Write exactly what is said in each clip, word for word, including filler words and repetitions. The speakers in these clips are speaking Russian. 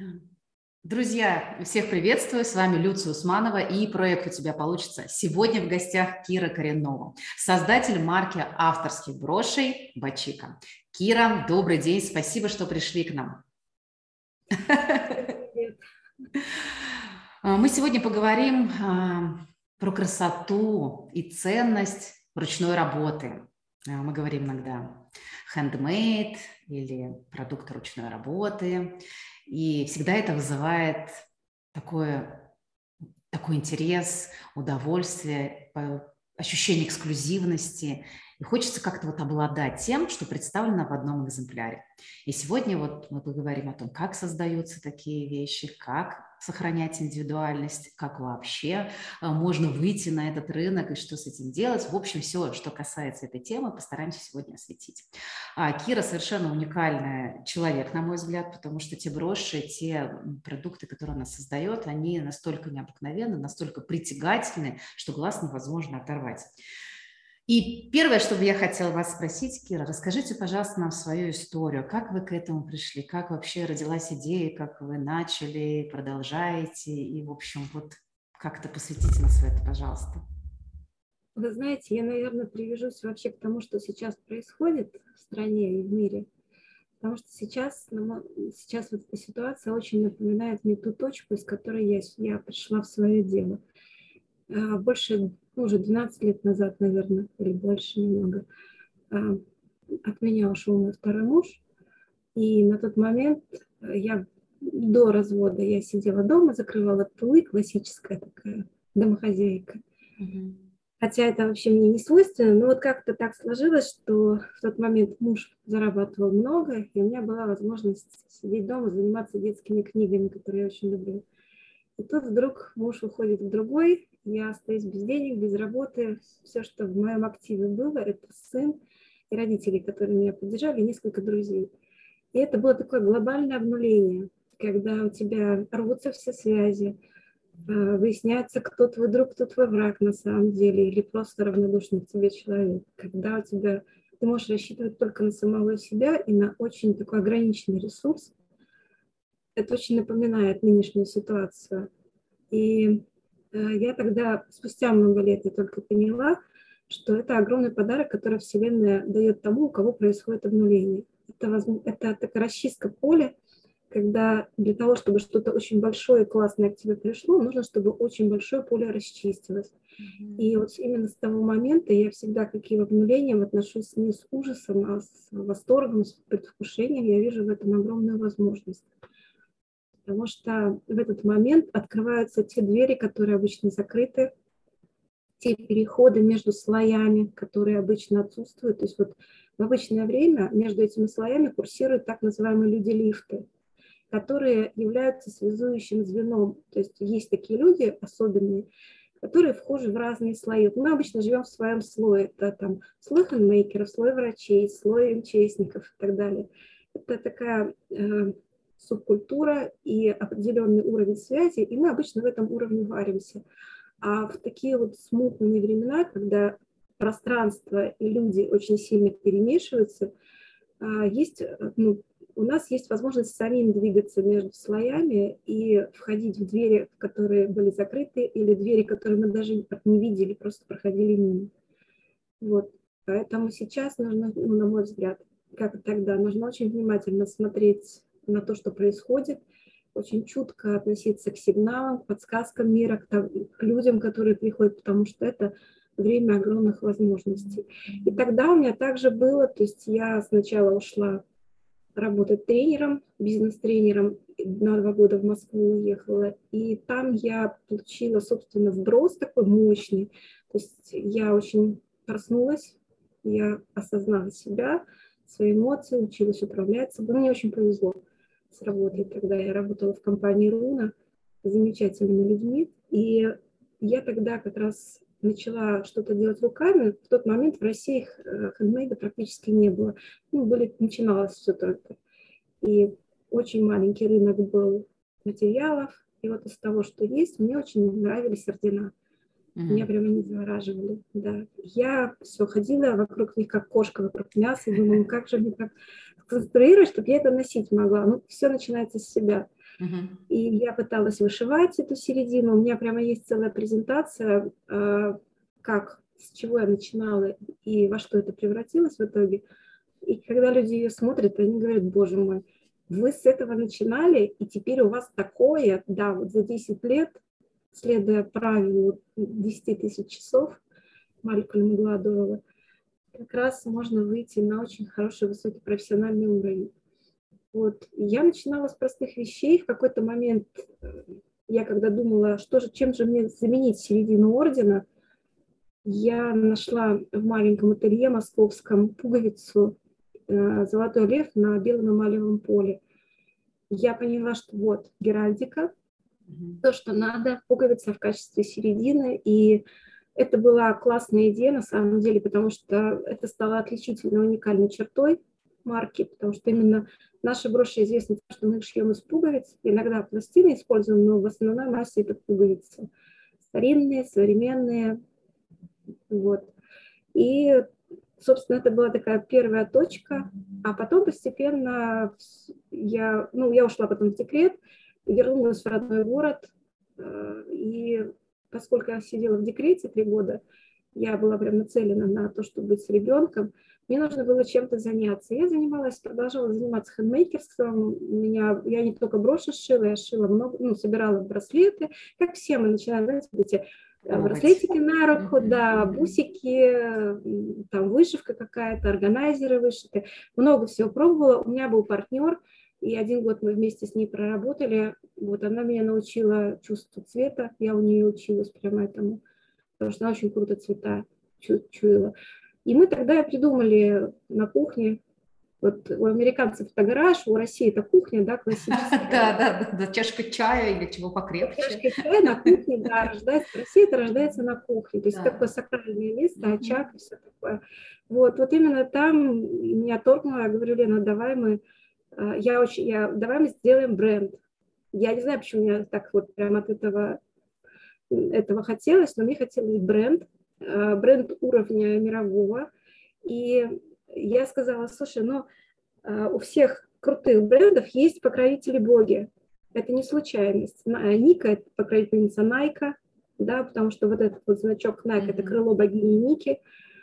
Друзья, всех приветствую, с вами Люция Усманова и проект «У тебя получится». Сегодня в гостях Кира Кореннова, создатель марки авторских брошей «Бочика». Кира, добрый день, спасибо, что пришли к нам. Привет. Мы сегодня поговорим про красоту и ценность ручной работы. Мы говорим иногда handmade или продукты ручной работы. И всегда это вызывает такое, такой интерес, удовольствие, ощущение эксклюзивности. И хочется как-то вот обладать тем, что представлено в одном экземпляре. И сегодня вот мы поговорим о том, как создаются такие вещи, как сохранять индивидуальность, как вообще можно выйти на этот рынок и что с этим делать. В общем, все, что касается этой темы, постараемся сегодня осветить. А Кира совершенно уникальный человек, на мой взгляд, потому что те броши, те продукты, которые она создает, они настолько необыкновенны, настолько притягательны, что глаз невозможно оторвать. И первое, что бы я хотела вас спросить, Кира, расскажите, пожалуйста, нам свою историю. Как вы к этому пришли? Как вообще родилась идея? Как вы начали, продолжаете? И, в общем, вот как-то посвятите нас в это, пожалуйста. Вы знаете, я, наверное, привяжусь вообще к тому, что сейчас происходит в стране и в мире. Потому что сейчас, сейчас вот эта ситуация очень напоминает мне ту точку, из которой я, я пришла в свое дело. Больше, ну, уже двенадцать лет назад, наверное, или больше немного, от меня ушел мой второй муж. И на тот момент я до развода я сидела дома, закрывала тулы, классическая такая домохозяйка. Mm-hmm. Хотя это вообще мне не свойственно, но вот как-то так сложилось, что в тот момент муж зарабатывал много, и у меня была возможность сидеть дома, заниматься детскими книгами, которые я очень люблю. И тут вдруг муж уходит в другой, я остаюсь без денег, без работы. Все, что в моем активе было, это сын и родители, которые меня поддержали, и несколько друзей. И это было такое глобальное обнуление, когда у тебя рвутся все связи, выясняется, кто твой друг, кто твой враг на самом деле, или просто равнодушный к тебе человек. Когда у тебя ты можешь рассчитывать только на самого себя и на очень такой ограниченный ресурс. Это очень напоминает нынешнюю ситуацию. И я тогда, спустя много лет, я только поняла, что это огромный подарок, который Вселенная дает тому, у кого происходит обнуление. Это, это такая расчистка поля, когда для того, чтобы что-то очень большое и классное к тебе пришло, нужно, чтобы очень большое поле расчистилось. Mm-hmm. И вот именно с того момента я всегда к каким обнулениям отношусь не с ужасом, а с восторгом, с предвкушением. Я вижу в этом огромную возможность. Потому что в этот момент открываются те двери, которые обычно закрыты, те переходы между слоями, которые обычно отсутствуют. То есть вот в обычное время между этими слоями курсируют так называемые люди-лифты, которые являются связующим звеном. То есть есть такие люди особенные, которые вхожи в разные слои. Мы обычно живем в своем слое. Это там слой хендмейкеров, слой врачей, слой МЧСников и так далее. Это такая э, субкультура и определенный уровень связи, и мы обычно в этом уровне варимся. А в такие вот смутные времена, когда пространство и люди очень сильно перемешиваются, э, есть, ну, у нас есть возможность самим двигаться между слоями и входить в двери, которые были закрыты, или двери, которые мы даже не видели, просто проходили мимо. Вот. Поэтому сейчас нужно, ну, на мой взгляд, как и тогда, нужно очень внимательно смотреть на то, что происходит, очень чутко относиться к сигналам, к подсказкам мира, к, там, к людям, которые приходят, потому что это время огромных возможностей. И тогда у меня также было, то есть я сначала ушла работать тренером, бизнес-тренером, на два года в Москву уехала, и там я получила, собственно, вброс такой мощный, то есть я очень проснулась, я осознала себя, свои эмоции, училась управлять собой, мне очень повезло с работой, тогда я работала в компании Руна с замечательными людьми, и я тогда как раз начала что-то делать руками, в тот момент в России хендмейда практически не было. Ну, были, начиналось все только. И очень маленький рынок был материалов. И вот из того, что есть, мне очень нравились ордена. Mm-hmm. Меня прямо не завораживали. Да. Я все ходила вокруг них, как кошка вокруг мяса, и думала, ну как же мне так сконструировать, чтобы я это носить могла. Ну, все начинается с себя. Угу. И я пыталась вышивать эту середину. У меня прямо есть целая презентация, как, с чего я начинала и во что это превратилось в итоге. И когда люди ее смотрят, они говорят: боже мой, вы с этого начинали, и теперь у вас такое, да, вот за десять лет, следуя правилу десять тысяч часов Малькольма Гладуэлла, как раз можно выйти на очень хороший, высокий профессиональный уровень. Вот. Я начинала с простых вещей. В какой-то момент я, когда думала, что же, чем же мне заменить середину ордена, я нашла в маленьком ателье московском пуговицу «Золотой лев» на белом эмалевом поле. Я поняла, что вот геральдика, mm-hmm. то, что надо, пуговица в качестве середины. И это была классная идея на самом деле, потому что это стало отличительной, уникальной чертой марки, потому что именно наши броши известны тем, что мы их шьем из пуговиц. Иногда пластины используем, но в основной массе это пуговицы. Старинные, современные. Вот. И, собственно, это была такая первая точка. А потом постепенно я, ну, я ушла потом в декрет, вернулась в родной город. И поскольку я сидела в декрете три года, я была прям нацелена на то, чтобы быть с ребенком, мне нужно было чем-то заняться. Я занималась, продолжала заниматься хендмейкерством. Меня, я не только броши шила, я шила много, ну, собирала браслеты. Как все мы начинаем, знаете, эти браслетики на руку, да, бусики, там вышивка какая-то, органайзеры вышиты. Много всего пробовала. У меня был партнер, и один год мы вместе с ней проработали. Вот она меня научила чувству цвета. Я у нее училась прямо этому, потому что она очень круто цвета чу- чуяла. И мы тогда придумали на кухне, вот у американцев это гараж, у России это кухня, да, классическая. Да, да, да, чашка чая или чего покрепче. Чашка чая на кухне, да, рождается, в России это рождается на кухне, то есть такое сакральное место, очаг и все такое. Вот, вот именно там меня торкнуло, я говорю: Лена, давай мы, я очень, я, давай мы сделаем бренд. Я не знаю, почему мне так вот прям от этого, этого хотелось, но мне хотелось бренд, бренд уровня мирового. И я сказала: слушай, ну у всех крутых брендов есть покровители-боги. Это не случайность. Ника – это покровительница Найка, да, потому что вот этот вот значок Nike – это крыло богини Ники.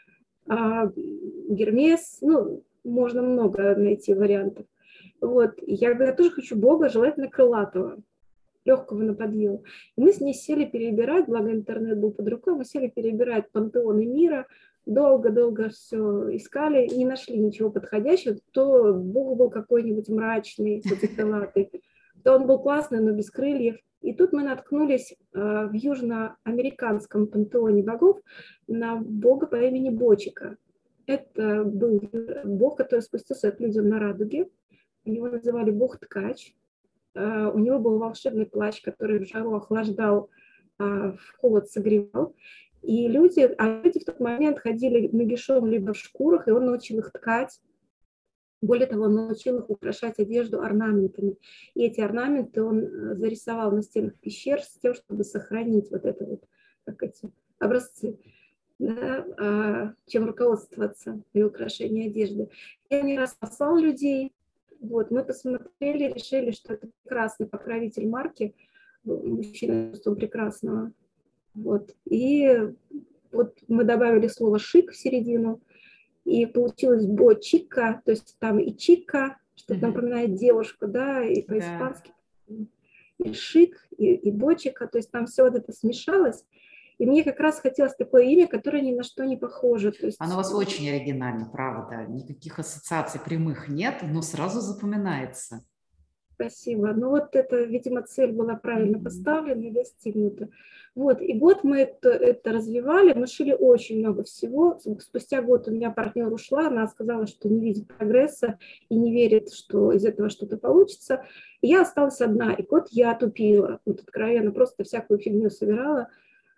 А Гермес, ну, можно много найти вариантов. Вот. Я говорю: я тоже хочу бога, желательно крылатого, легкого на подъем. И мы с ней сели перебирать, благо интернет был под рукой, мы сели перебирать пантеоны мира, долго-долго все искали, не нашли ничего подходящего. То бог был какой-нибудь мрачный, крылатый, то он был классный, но без крыльев. И тут мы наткнулись э, в южноамериканском пантеоне богов на бога по имени Бочика. Это был бог, который спустился к людям на радуге. Его называли бог-ткач. Uh, у него был волшебный плащ, который в жару охлаждал, uh, в холод согревал. И люди, а люди в тот момент ходили нагишом либо в шкурах, и он научил их ткать. Более того, он научил их украшать одежду орнаментами. И эти орнаменты он зарисовал на стенах пещер с тем, чтобы сохранить вот это вот, как эти образцы, да, uh, чем руководствоваться при украшении одежды. Я не раз спасал людей. Вот, мы посмотрели, решили, что это прекрасный покровитель марки, мужчина чувством прекрасного. Вот. И вот мы добавили слово «шик» в середину, и получилось «бочика», то есть там и «чика», что mm-hmm. напоминает девушку, да, и по-испански, yeah. и «шик», и, и «бочика», то есть там все вот это смешалось. И мне как раз хотелось такое имя, которое ни на что не похоже. То есть... Оно у вас очень оригинально, правда. Никаких ассоциаций прямых нет, но сразу запоминается. Спасибо. Ну вот это, видимо, цель была правильно mm-hmm. поставлена и достигнута. Вот, и год мы это, это развивали, мы шили очень много всего. Спустя год у меня партнер ушла, она сказала, что не видит прогресса и не верит, что из этого что-то получится. И я осталась одна, и год я тупила, вот откровенно, просто всякую фигню собирала,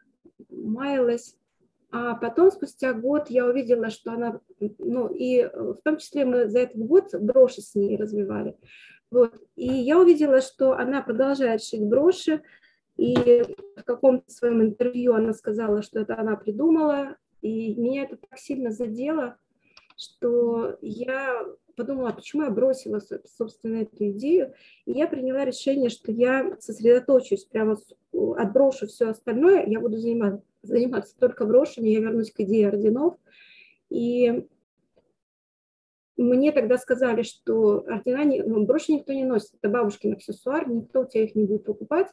маялась. А потом, спустя год, я увидела, что она, ну, и в том числе мы за этот год броши с ней развивали. Вот. И я увидела, что она продолжает шить броши, и в каком-то своем интервью она сказала, что это она придумала, и меня это так сильно задело, что я подумала, почему я бросила, собственно, эту идею. И я приняла решение, что я сосредоточусь, прямо отброшу все остальное, я буду заниматься, заниматься только брошами, я вернусь к идее орденов. И мне тогда сказали, что ордена, не, ну, броши никто не носит, это бабушкин аксессуар, никто у тебя их не будет покупать.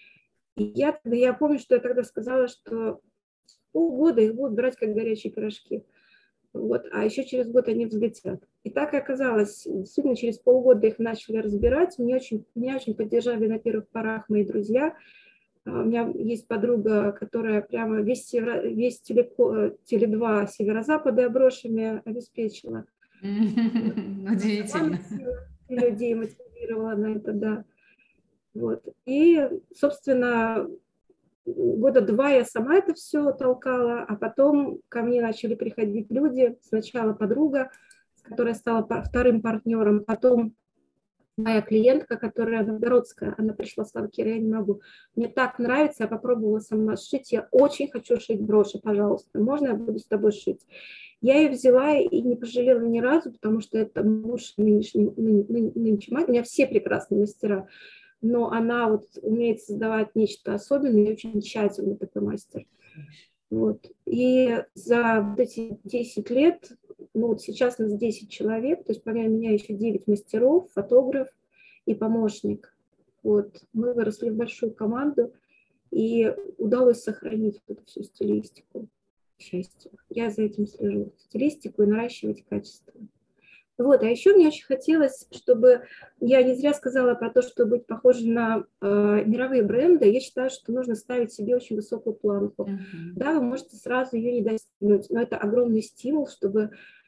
И я, я помню, что я тогда сказала, что полгода их будут брать как горячие пирожки. Вот, а еще через год они взлетят. И так и оказалось. Действительно, через полгода их начали разбирать. Меня очень, меня очень поддержали на первых порах мои друзья. У меня есть подруга, которая прямо весь, северо, весь телеко, теле два северо-запада брошами обеспечила. Удивительно. Людей мотивировала на это, да. Вот. И, собственно, года два я сама это все толкала, а потом ко мне начали приходить люди. Сначала подруга, которая стала вторым партнером, потом моя клиентка, которая новгородская, она пришла, сказала: Кира, я не могу. Мне так нравится, я попробовала сама шить, я очень хочу шить броши, пожалуйста, можно я буду с тобой шить? Я ее взяла и не пожалела ни разу, потому что это муж нынешний, нынче мать. У меня все прекрасные мастера, но она вот умеет создавать нечто особенное и очень тщательно такой мастер. Вот. И за вот эти десять лет, ну вот сейчас у нас десять человек, то есть помимо меня еще девять мастеров, фотограф и помощник. Вот. Мы выросли в большую команду, и удалось сохранить вот эту всю стилистику, к счастью. Я за этим слежу, стилистику и наращивать качество. Вот, а еще мне очень хотелось, чтобы, я не зря сказала про то, что быть похожей на э, мировые бренды, я считаю, что нужно ставить себе очень высокую планку. Uh-huh. Да, вы можете сразу ее не достигнуть, но это огромный стимул, чтобы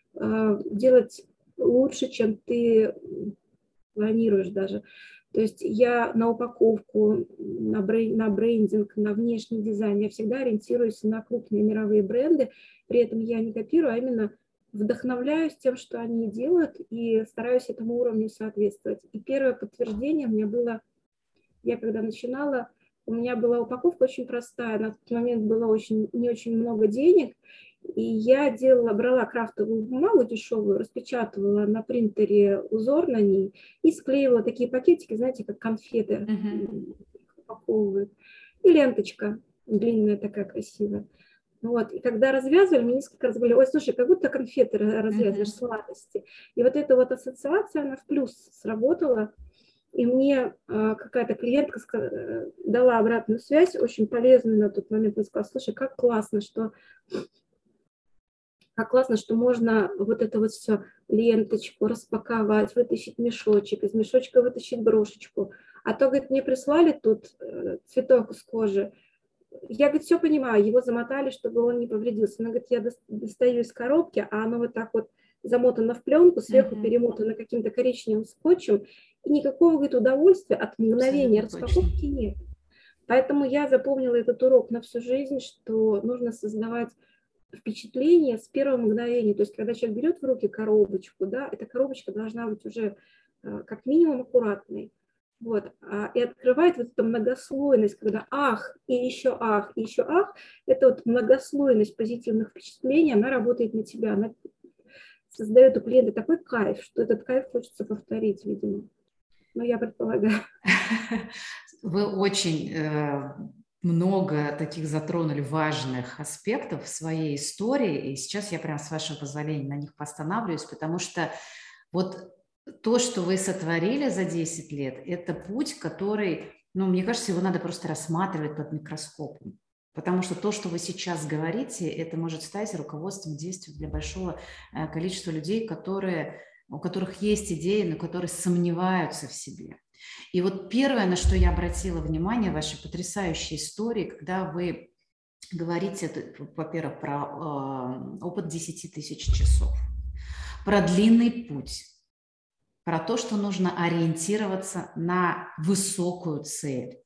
э, делать лучше, чем ты планируешь даже. То есть я на упаковку, на, брей, на брендинг, на внешний дизайн, я всегда ориентируюсь на крупные мировые бренды, при этом я не копирую, а именно вдохновляюсь тем, что они делают, и стараюсь этому уровню соответствовать. И первое подтверждение у меня было, я когда начинала, у меня была упаковка очень простая, на тот момент было очень, не очень много денег, и я делала, брала крафтовую бумагу дешевую, распечатывала на принтере узор на ней и склеивала такие пакетики, знаете, как конфеты uh-huh. упаковывают, и ленточка длинная такая красивая. Вот. И когда развязывали, мне несколько раз говорили: ой, слушай, как будто конфеты развязываешь, uh-huh. сладости. И вот эта вот ассоциация, она в плюс сработала. И мне э, какая-то клиентка сказала, дала обратную связь, очень полезную на тот момент. Она сказала: слушай, как классно, что, как классно, что можно вот это вот все, ленточку распаковать, вытащить мешочек, из мешочка вытащить брошечку. А то, говорит, мне прислали тут э, цветок из кожи. Я, говорит, все понимаю, его замотали, чтобы он не повредился. Она говорит, я достаю из коробки, а оно вот так вот замотано в пленку, сверху uh-huh. перемотано каким-то коричневым скотчем, и никакого, говорит, удовольствия от мгновения Абсолютно распаковки точно. Нет. Поэтому я запомнила этот урок на всю жизнь, что нужно создавать впечатление с первого мгновения. То есть, когда человек берет в руки коробочку, да, эта коробочка должна быть уже как минимум аккуратной. Вот, и открывает вот эту многослойность, когда ах, и еще ах, и еще ах, это вот многослойность позитивных впечатлений, она работает на тебя, она создает у клиента такой кайф, что этот кайф хочется повторить, видимо. Ну, я предполагаю. Вы очень э, много таких затронули важных аспектов в своей истории, и сейчас я прям, с вашего позволения, на них поостанавливаюсь, потому что вот то, что вы сотворили за десять лет, это путь, который, ну, мне кажется, его надо просто рассматривать под микроскопом. Потому что то, что вы сейчас говорите, это может стать руководством действий для большого количества людей, которые, у которых есть идеи, но которые сомневаются в себе. И вот первое, на что я обратила внимание в вашей потрясающей истории, когда вы говорите, во-первых, про э, опыт десяти тысяч часов, про длинный путь, про то, что нужно ориентироваться на высокую цель.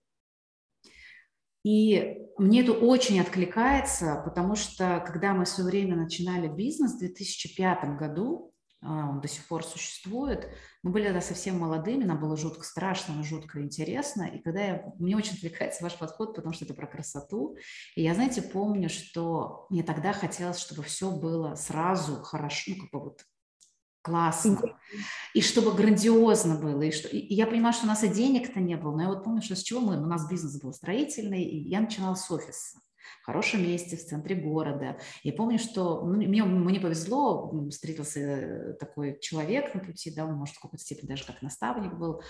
И мне это очень откликается, потому что, когда мы в свое время начинали бизнес в две тысячи пятом году, он до сих пор существует, мы были тогда совсем молодыми, нам было жутко страшно, но жутко интересно. И когда я, мне очень отвлекается ваш подход, потому что это про красоту. И я, знаете, помню, что мне тогда хотелось, чтобы все было сразу хорошо, ну, как бы вот Классно. И чтобы грандиозно было. И, что, и я понимаю, что у нас и денег-то не было, но я вот помню, что с чего мы, у нас бизнес был строительный, и я начинала с офиса. В хорошем месте, в центре города. И помню, что ну, мне, мне повезло, встретился такой человек на пути, да, он, может, в какой-то степени даже как наставник был,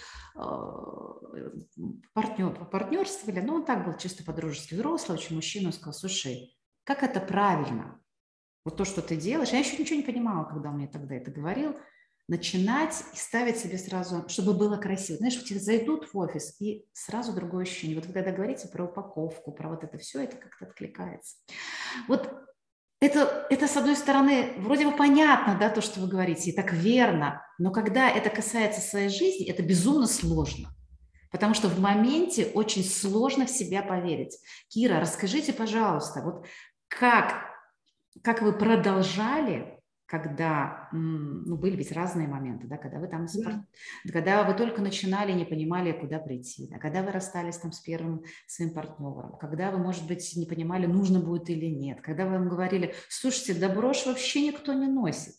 партнер, партнерствовали, но он так был чисто по-дружески взрослый, очень мужчина, он сказал, слушай, как это правильно? Вот то, что ты делаешь, я еще ничего не понимала, когда он мне тогда это говорил, начинать и ставить себе сразу, чтобы было красиво. Знаешь, вот тебе зайдут в офис, и сразу другое ощущение. Вот вы когда говорите про упаковку, про вот это все, это как-то откликается. Вот это, это, с одной стороны, вроде бы понятно, да, то, что вы говорите, и так верно, но когда это касается своей жизни, это безумно сложно. Потому что в моменте очень сложно в себя поверить. Кира, расскажите, пожалуйста, вот как, как вы продолжали, когда, ну, были ведь разные моменты, да, когда вы там, да. когда вы только начинали, не понимали, куда прийти, да, когда вы расстались там с первым своим партнером, когда вы, может быть, не понимали, нужно будет или нет, когда вы вам говорили, слушайте, да брошь вообще никто не носит.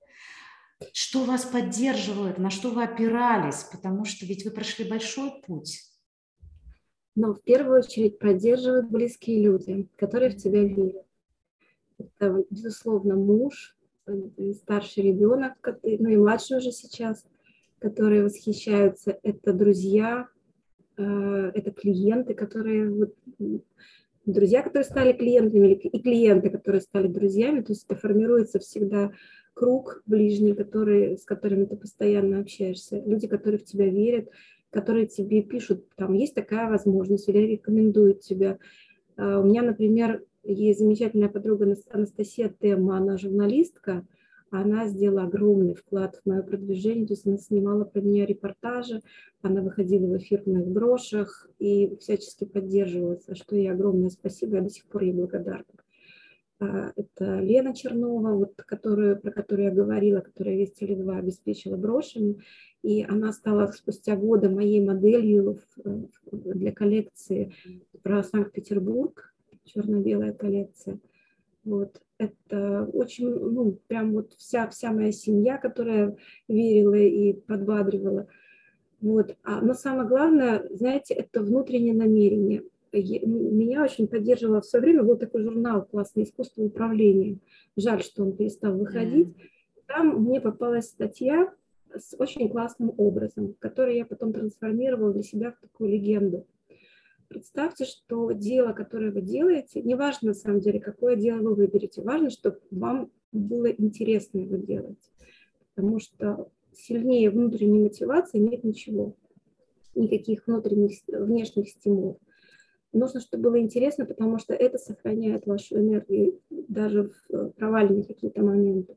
Что вас поддерживает, на что вы опирались, потому что ведь вы прошли большой путь. Но в первую очередь поддерживают близкие люди, которые в тебя верят. Это, безусловно, муж, старший ребенок, ну и младший уже сейчас, которые восхищаются. Это друзья, это клиенты, которые... Друзья, которые стали клиентами, и клиенты, которые стали друзьями. То есть это формируется всегда круг ближний, который, с которыми ты постоянно общаешься. Люди, которые в тебя верят, которые тебе пишут, там есть такая возможность, или рекомендуют тебя. У меня, например, есть замечательная подруга Анастасия Темма, она журналистка, она сделала огромный вклад в мое продвижение, то есть она снимала про меня репортажи, она выходила в эфир в моих брошах и всячески поддерживала, за что ей огромное спасибо, я до сих пор ей благодарна. Это Лена Чернова, вот, которую, про которую я говорила, которая весь Теле два обеспечила брошами, и она стала спустя годы моей моделью для коллекции про Санкт-Петербург, черно-белая коллекция. Вот. Это очень, ну, прям вот вся, вся моя семья, которая верила и подбадривала. Вот. А, но самое главное, знаете, это внутреннее намерение. Я, меня очень поддерживало в свое время, был такой журнал «Классное искусство управления». Жаль, что он перестал выходить. Там мне попалась статья с очень классным образом, который я потом трансформировала для себя в такую легенду. Представьте, что дело, которое вы делаете, неважно на самом деле, какое дело вы выберете, важно, чтобы вам было интересно его делать, потому что сильнее внутренней мотивации нет ничего, никаких внутренних, внешних стимулов. Нужно, чтобы было интересно, потому что это сохраняет вашу энергию даже в провальные какие-то моменты.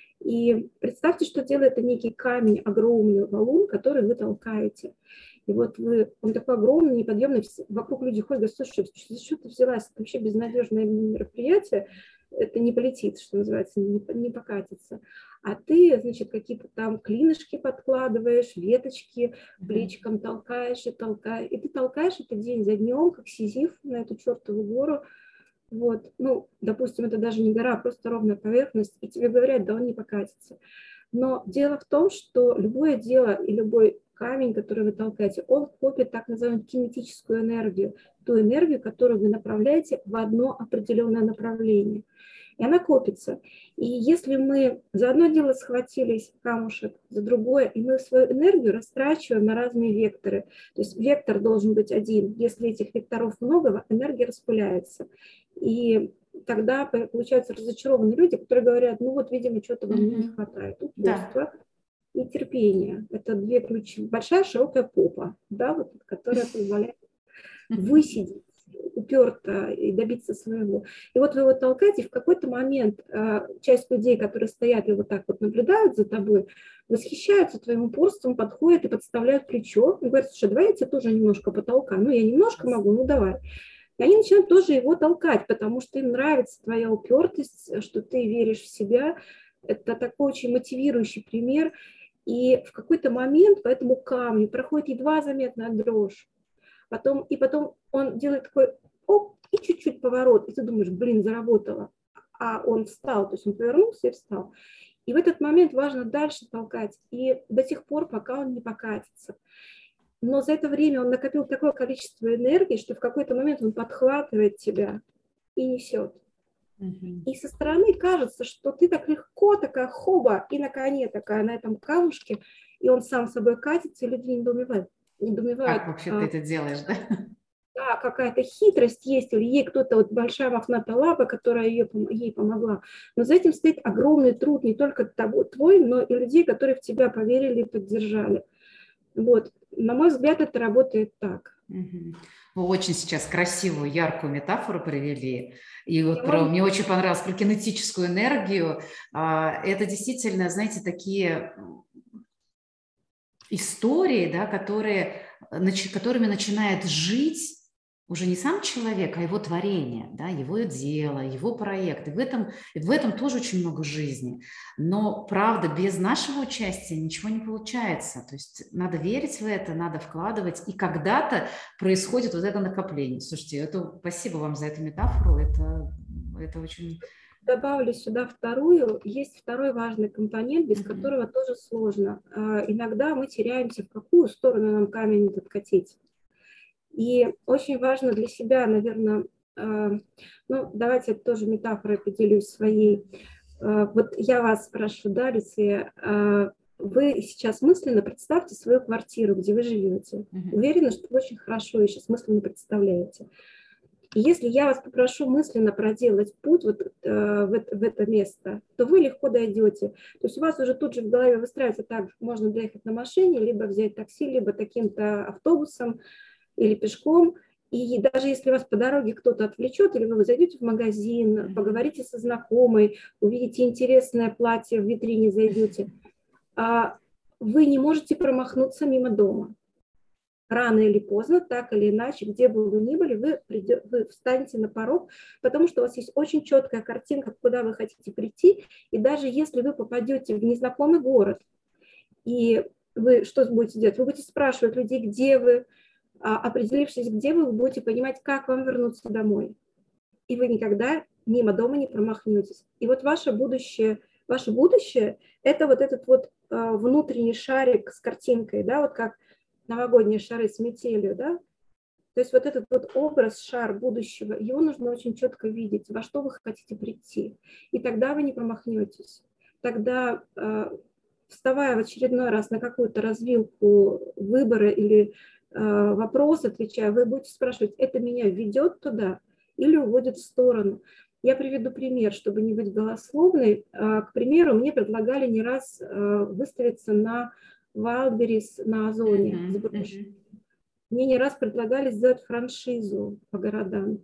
И представьте, что дело это некий камень, огромный валун, который вы толкаете. И вот вы, он такой огромный, неподъемный, вокруг люди ходят, говорят, слушай, за что ты взялась? Это вообще безнадежное мероприятие, это не полетит, что называется, не, не покатится. А ты, значит, какие-то там клинышки подкладываешь, веточки плечиком толкаешь и толкаешь. И ты толкаешь это день за днем, как Сизиф на эту чертову гору. Вот, ну, допустим, это даже не гора, а просто ровная поверхность, и тебе говорят, да он не покатится. Но дело в том, что любое дело и любой камень, который вы толкаете, он копит так называемую кинетическую энергию, ту энергию, которую вы направляете в одно определенное направление. И она копится. И если мы за одно дело схватились, камушек, за другое, и мы свою энергию растрачиваем на разные векторы, то есть вектор должен быть один. Если этих векторов много, энергия распыляется. И тогда получаются разочарованные люди, которые говорят, ну вот, видимо, что-то вам mm-hmm. не хватает. Упорство да. и терпение. Это две ключи. Большая широкая попа, да, вот, которая позволяет высидеть уперто и добиться своего. И вот вы его толкаете, и в какой-то момент э, часть людей, которые стоят и вот так вот наблюдают за тобой, восхищаются твоим упорством, подходят и подставляют плечо, и говорят, слушай, давай я тебя тоже немножко потолкаю. Ну, я немножко могу, ну, давай. И они начинают тоже его толкать, потому что им нравится твоя упертость, что ты веришь в себя. Это такой очень мотивирующий пример. И в какой-то момент по этому камню проходит едва заметная дрожь. Потом, и потом он делает такой оп, и чуть-чуть поворот. И ты думаешь, блин, заработало. А он встал, то есть он повернулся и встал. И в этот момент важно дальше толкать, и до тех пор, пока он не покатится. Но за это время он накопил такое количество энергии, что в какой-то момент он подхватывает тебя и несет. Мгм. И со стороны кажется, что ты так легко, такая хоба, и на коне такая, на этом камушке, и он сам собой катится, и люди недоумевают. недоумевают Как вообще ты а, это делаешь, да? да, какая-то хитрость есть, или ей кто-то, вот большая мохнатая лапа, которая ее, ей помогла. Но за этим стоит огромный труд не только того, твой, но и людей, которые в тебя поверили и поддержали. Вот. На мой взгляд, это работает так. Мгм. Вы очень сейчас красивую, яркую метафору привели. И вот Я про, можно... мне очень понравилось про кинетическую энергию. А, Это действительно, знаете, такие истории, да, которые, нач- которыми начинает жить уже не сам человек, а его творение, да, его дело, его проект. И в этом, и в этом тоже очень много жизни. Но, правда, без нашего участия ничего не получается. То есть надо верить в это, надо вкладывать. И когда-то происходит вот это накопление. Слушайте, это, спасибо вам за эту метафору. Это, это очень... Добавлю сюда вторую. Есть второй важный компонент, без Мгм. которого тоже сложно. А, Иногда мы теряемся, в какую сторону нам камень этот катить. И очень важно для себя, наверное, ну, давайте тоже метафорой поделюсь своей. Вот я вас спрашиваю, да, Люция, вы сейчас мысленно представьте свою квартиру, где вы живете. Мгм. Уверена, что вы очень хорошо ее сейчас мысленно представляете. И если я вас попрошу мысленно проделать путь вот, э, в, это, в это место, то вы легко дойдете. То есть у вас уже тут же в голове выстраивается так, можно доехать на машине, либо взять такси, либо таким-то автобусом или пешком. И даже если вас по дороге кто-то отвлечет, или вы зайдете в магазин, Мгм. поговорите со знакомой, увидите интересное платье в витрине, зайдете, а вы не можете промахнуться мимо дома. Рано или поздно, так или иначе, где бы вы ни были, вы, придё, вы встанете на порог, потому что у вас есть очень четкая картинка, куда вы хотите прийти. И даже если вы попадете в незнакомый город, и вы что будете делать? Вы будете спрашивать людей, где вы, а, определившись, где вы, вы будете понимать, как вам вернуться домой. И вы никогда мимо дома не промахнетесь. И вот ваше будущее, ваше будущее – это вот этот вот э, внутренний шарик с картинкой, да, вот как новогодние шары с метелью, да. То есть вот этот вот образ, шар будущего, его нужно очень четко видеть, во что вы хотите прийти. И тогда вы не промахнетесь. Тогда, э, вставая в очередной раз на какую-то развилку выбора или э, вопрос, отвечая, вы будете спрашивать, это меня ведет туда или уводит в сторону. Я приведу пример, чтобы не быть голословной. Э, к примеру, мне предлагали не раз э, выставиться на Wildberries на Озоне. Мгм. Мгм. Мне не раз предлагали сделать франшизу по городам.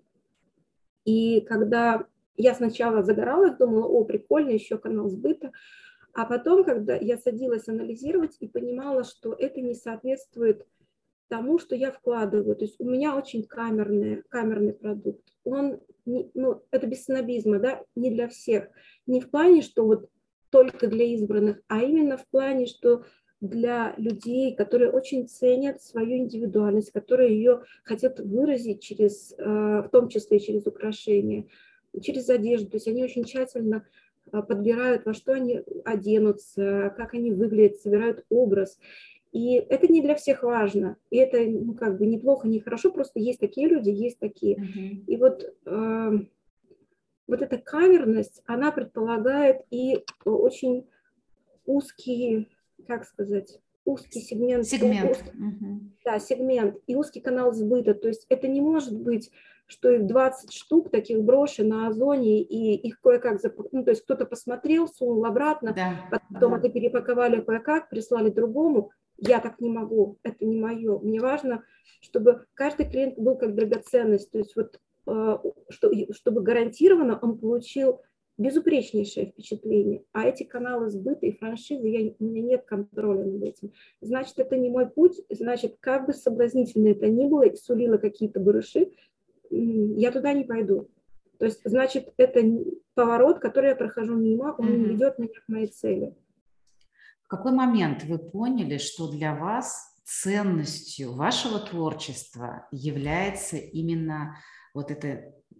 И когда я сначала загоралась, думала, о, прикольно, еще канал сбыта. А потом, когда я садилась анализировать и понимала, что это не соответствует тому, что я вкладываю. То есть у меня очень камерный, камерный продукт. Он, не, ну, это без снобизма, да, не для всех. Не в плане, что вот только для избранных, а именно в плане, что для людей, которые очень ценят свою индивидуальность, которые ее хотят выразить через, в том числе через украшения, через одежду. То есть они очень тщательно подбирают, во что они оденутся, как они выглядят, собирают образ. И это не для всех важно. И это, ну, как бы неплохо, не хорошо, просто есть такие люди, есть такие. Мгм. И вот, э, вот эта камерность, она предполагает и очень узкий, как сказать, узкий сегмент, Сегмент. узкий, Мгм. да, сегмент и узкий канал сбыта. То есть это не может быть, что их двадцать штук таких брошен на Озоне, и их кое-как, зап... ну, то есть кто-то посмотрел, сунул обратно, Да, потом да. это перепаковали кое-как, прислали другому. Я так не могу, это не мое. Мне важно, чтобы каждый клиент был как драгоценность, то есть вот, э, что, чтобы гарантированно он получил безупречнейшее впечатление. А эти каналы сбыта и франшизы, я, у меня нет контроля над этим. Значит, это не мой путь, значит, как бы соблазнительно это ни было и сулило какие-то барыши, я туда не пойду. То есть, значит, это поворот, который я прохожу мимо, он не Мгм. ведет меня к моей цели. В какой момент вы поняли, что для вас ценностью вашего творчества является именно вот это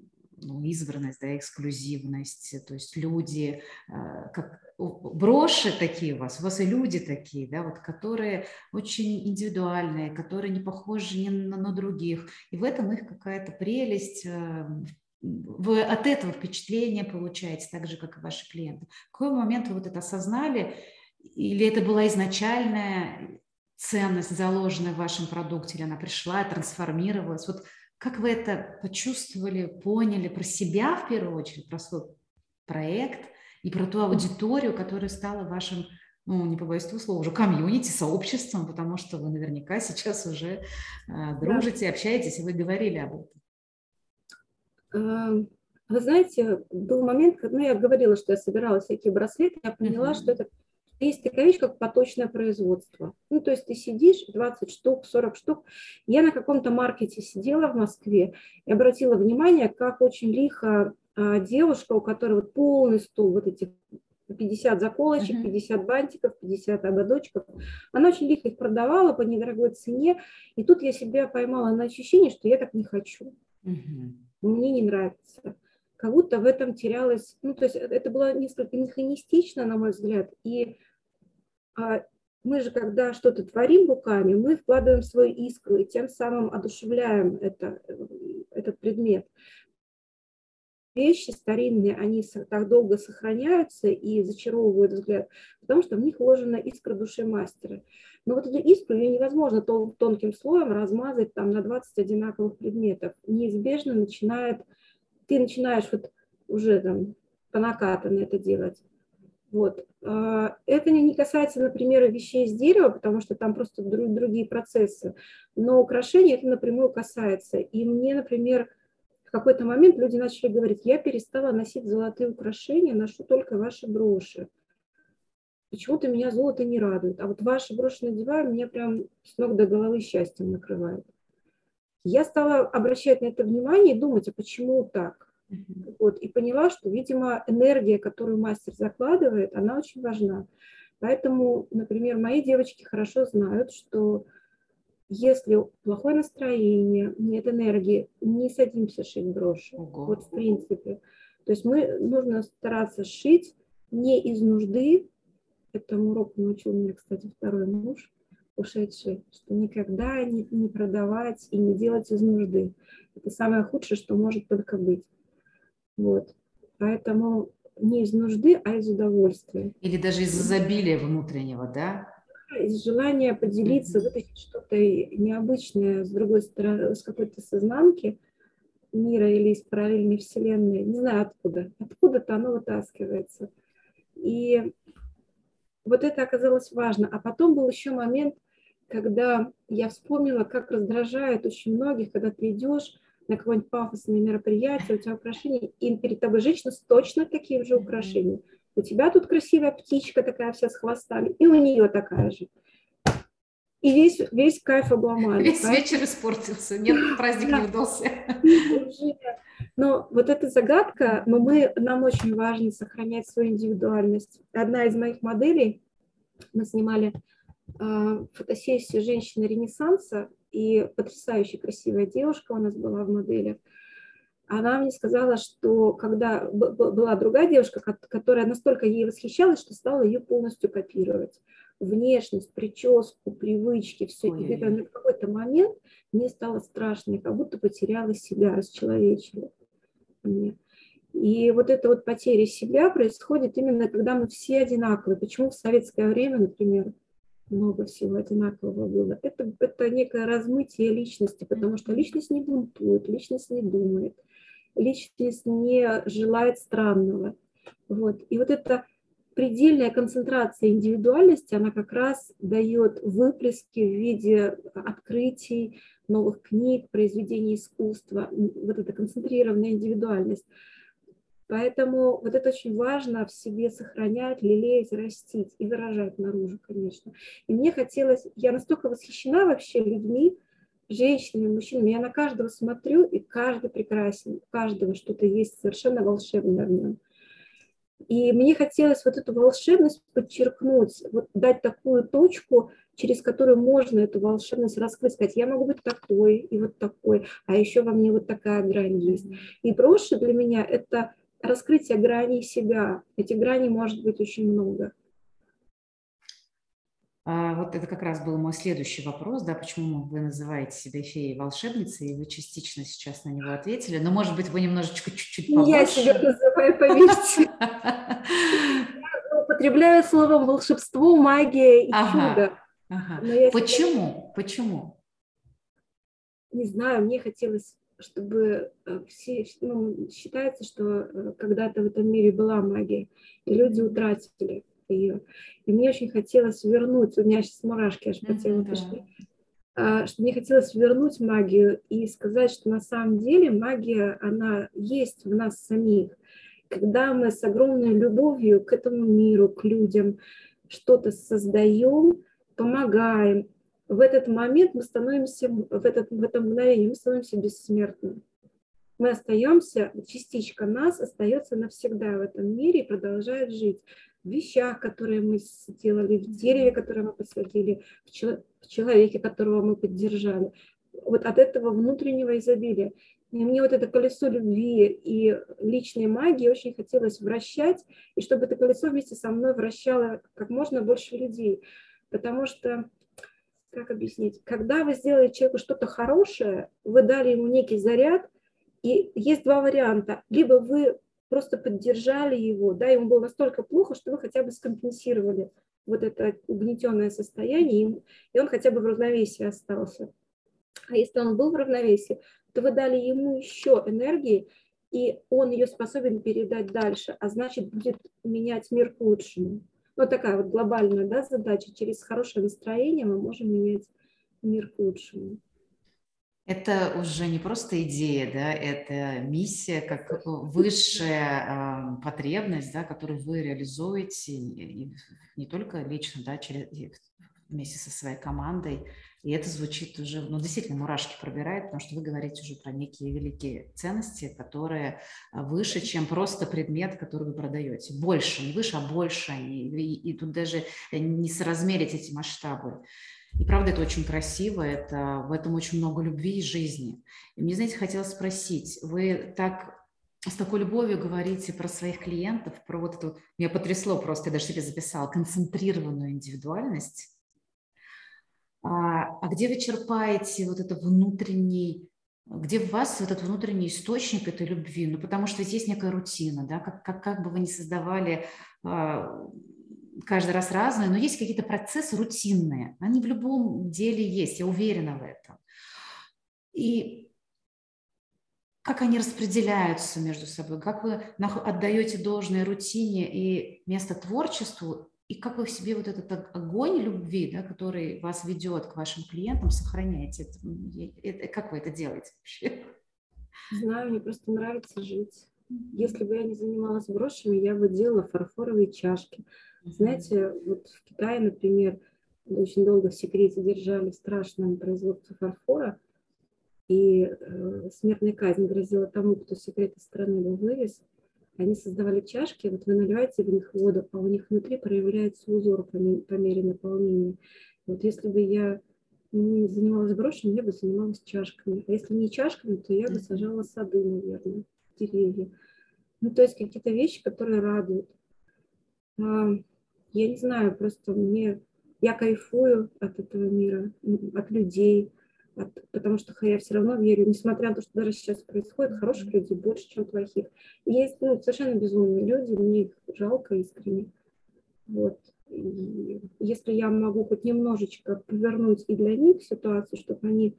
ну, избранность, да, эксклюзивность, то есть люди, как броши такие у вас, у вас и люди такие, да, вот, которые очень индивидуальные, которые не похожи ни на, на других, и в этом их какая-то прелесть. Вы от этого впечатления получаете, так же, как и ваши клиенты. В какой момент вы вот это осознали, или это была изначальная ценность, заложенная в вашем продукте, или она пришла, трансформировалась? Вот как вы это почувствовали, поняли про себя в первую очередь, про свой проект и про ту аудиторию, которая стала вашим, ну, не побоюсь этого слова, уже комьюнити, сообществом, потому что вы наверняка сейчас уже э, дружите, общаетесь, и вы говорили об этом. Вы знаете, был момент, когда, ну, я говорила, что я собирала всякие браслеты, я поняла, uh-huh. что это есть такая вещь, как поточное производство. Ну, то есть ты сидишь, двадцать штук, сорок штук. Я на каком-то маркете сидела в Москве и обратила внимание, как очень лихо а, девушка, у которой вот полный стол вот этих пятьдесят заколочек, uh-huh. пятьдесят бантиков, пятьдесят ободочков, она очень лихо их продавала по недорогой цене. И тут я себя поймала на ощущение, что я так не хочу. Uh-huh. Мне не нравится. Как будто в этом терялось, ну, то есть это было несколько механистично, на мой взгляд, и а, мы же, когда что-то творим руками, мы вкладываем свою искру и тем самым одушевляем это, этот предмет. Вещи старинные, они так долго сохраняются и зачаровывают взгляд, потому что в них вложена искра души мастера. Но вот эту искру ее невозможно тон, тонким слоем размазать там, на двадцать одинаковых предметов. Неизбежно начинает, ты начинаешь вот уже там по накатанной это делать. Вот. Это не касается, например, вещей из дерева, потому что там просто другие процессы. Но украшения это напрямую касается. И мне, например, в какой-то момент люди начали говорить, я перестала носить золотые украшения, ношу только ваши броши. Почему-то меня золото не радует. А вот ваши броши надеваю, меня прям с ног до головы счастьем накрывает. Я стала обращать на это внимание и думать, а почему так? Mm-hmm. Вот, и поняла, что, видимо, энергия, которую мастер закладывает, она очень важна. Поэтому, например, мои девочки хорошо знают, что если плохое настроение, нет энергии, не садимся шить броши. Uh-huh. Вот в принципе. То есть мы нужно стараться шить не из нужды. Этому уроку научил меня, кстати, второй муж, ушедший, что никогда не, не продавать и не делать из нужды. Это самое худшее, что может только быть. Вот. Поэтому не из нужды, а из удовольствия. Или даже из изобилия внутреннего, да? Из желания поделиться, mm-hmm. вытащить что-то необычное с другой стороны, с какой-то сознанки мира или из параллельной вселенной. Не знаю откуда. Откуда-то оно вытаскивается. И вот это оказалось важно. А потом был еще момент, когда я вспомнила, как раздражает очень многих, когда ты идешь на какое-нибудь пафосное мероприятие, у тебя украшения, и перед тобой женщина с точно такими же украшениями. У тебя тут красивая птичка такая вся с хвостами, и у нее такая же. И весь, весь кайф обломали. Весь Поэтому... вечер испортился, нет, праздник не удался. Но вот эта загадка, но мы, нам очень важно сохранять свою индивидуальность. Одна из моих моделей, мы снимали э, фотосессию женщины Ренессанса, и потрясающе красивая девушка у нас была в моделях. Она мне сказала, что когда была другая девушка, которая настолько ей восхищалась, что стала ее полностью копировать. Внешность, прическу, привычки, все. Ой, и в какой-то момент мне стало страшно, как будто потеряла себя, расчеловечила. И вот эта вот потеря себя происходит именно, когда мы все одинаковые. Почему в советское время, например, много всего одинакового было? Это, это некое размытие личности, потому что личность не бунтует, личность не думает, личность не желает странного. Вот. И вот эта предельная концентрация индивидуальности, она как раз дает выплески в виде открытий, новых книг, произведений искусства, вот эта концентрированная индивидуальность. Поэтому вот это очень важно в себе сохранять, лелеять, растить и выражать наружу, конечно. И мне хотелось, я настолько восхищена вообще людьми, женщинами, мужчинами, я на каждого смотрю, и каждый прекрасен, у каждого что-то есть совершенно волшебное в нем. И мне хотелось вот эту волшебность подчеркнуть, вот дать такую точку, через которую можно эту волшебность раскрыть, сказать, я могу быть такой и вот такой, а еще во мне вот такая грань есть. И броши для меня – это раскрытие граней себя. Эти грани может быть очень много. А, вот это как раз был мой следующий вопрос, да, почему вы называете себя феей волшебницей, и вы частично сейчас на него ответили, но, может быть, вы немножечко чуть-чуть побольше. Я себя называю, поверьте. Я употребляю словом волшебство, магия и чудо. Почему? Почему? Не знаю, мне хотелось, чтобы все, ну, считается, что когда-то в этом мире была магия, и люди утратили ее. И мне очень хотелось вернуть, у меня сейчас мурашки аж по телу пошли, что мне хотелось вернуть магию и сказать, что на самом деле магия, она есть в нас самих. Когда мы с огромной любовью к этому миру, к людям что-то создаем, помогаем, в этот момент мы становимся, в, этот, в это мгновение мы становимся бессмертными. Мы остаемся, частичка нас остается навсегда в этом мире и продолжает жить в вещах, которые мы сделали, в дереве, которое мы посадили, в, чело, в человеке, которого мы поддержали. Вот от этого внутреннего изобилия. И мне вот это колесо любви и личной магии очень хотелось вращать, и чтобы это колесо вместе со мной вращало как можно больше людей. Потому что, как объяснить, когда вы сделали человеку что-то хорошее, вы дали ему некий заряд, и есть два варианта. Либо вы просто поддержали его, да, ему было настолько плохо, что вы хотя бы скомпенсировали вот это угнетенное состояние, и он хотя бы в равновесии остался. А если он был в равновесии, то вы дали ему еще энергии, и он ее способен передать дальше, а значит, будет менять мир к лучшему. Вот такая вот глобальная, да, задача. Через хорошее настроение мы можем менять мир к лучшему. Это уже не просто идея, да, это миссия, как высшая э, потребность, да, которую вы реализуете и, и не только лично, да, через, вместе со своей командой. И это звучит уже, ну, действительно, мурашки пробирает, потому что вы говорите уже про некие великие ценности, которые выше, чем просто предмет, который вы продаете. Больше, не выше, а больше. И, и, и тут даже не соразмерить эти масштабы. И правда, это очень красиво, это, в этом очень много любви и жизни. И мне, знаете, хотелось спросить, вы так с такой любовью говорите про своих клиентов, про вот эту, меня потрясло просто, я даже себе записала, концентрированную индивидуальность. А, а где вы черпаете вот это внутренний, где в вас вот этот внутренний источник этой любви? Ну, потому что здесь некая рутина, да, как, как, как бы вы ни создавали каждый раз разные, но есть какие-то процессы рутинные. Они в любом деле есть, я уверена в этом. И как они распределяются между собой, как вы отдаете должное рутине и место творчеству, и как вы в себе вот этот огонь любви, да, который вас ведет к вашим клиентам, сохраняете. Это, это, как вы это делаете вообще? Знаю, мне просто нравится жить. Если бы я не занималась брошами, я бы делала фарфоровые чашки. Знаете, вот в Китае, например, очень долго в секрете держали страшное производство фарфора, и э, смертная казнь грозила тому, кто секреты страны был вывез. Они создавали чашки, вот вы наливаете в них воду, а у них внутри проявляется узор по, по мере наполнения. Вот если бы я не занималась брошами, я бы занималась чашками. А если не чашками, то я бы сажала сады, наверное, деревья. Ну, то есть какие-то вещи, которые радуют. А, я не знаю, просто мне... Я кайфую от этого мира, от людей, от, потому что я все равно верю, несмотря на то, что даже сейчас происходит, хороших людей больше, чем плохих. И есть, ну, совершенно безумные люди, мне их жалко искренне. Вот. И если я могу хоть немножечко повернуть и для них ситуацию, чтобы они,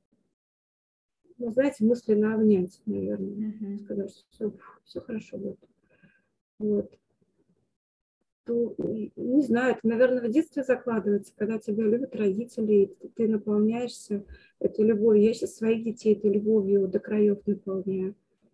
ну, знаете, мысленно обнять, наверное, mm-hmm. сказать, что все, все хорошо будет. Вот. То, не знаю, это, наверное, в детстве закладывается, когда тебя любят родители, и ты наполняешься этой любовью. Я сейчас своих детей этой любовью до краев наполняю.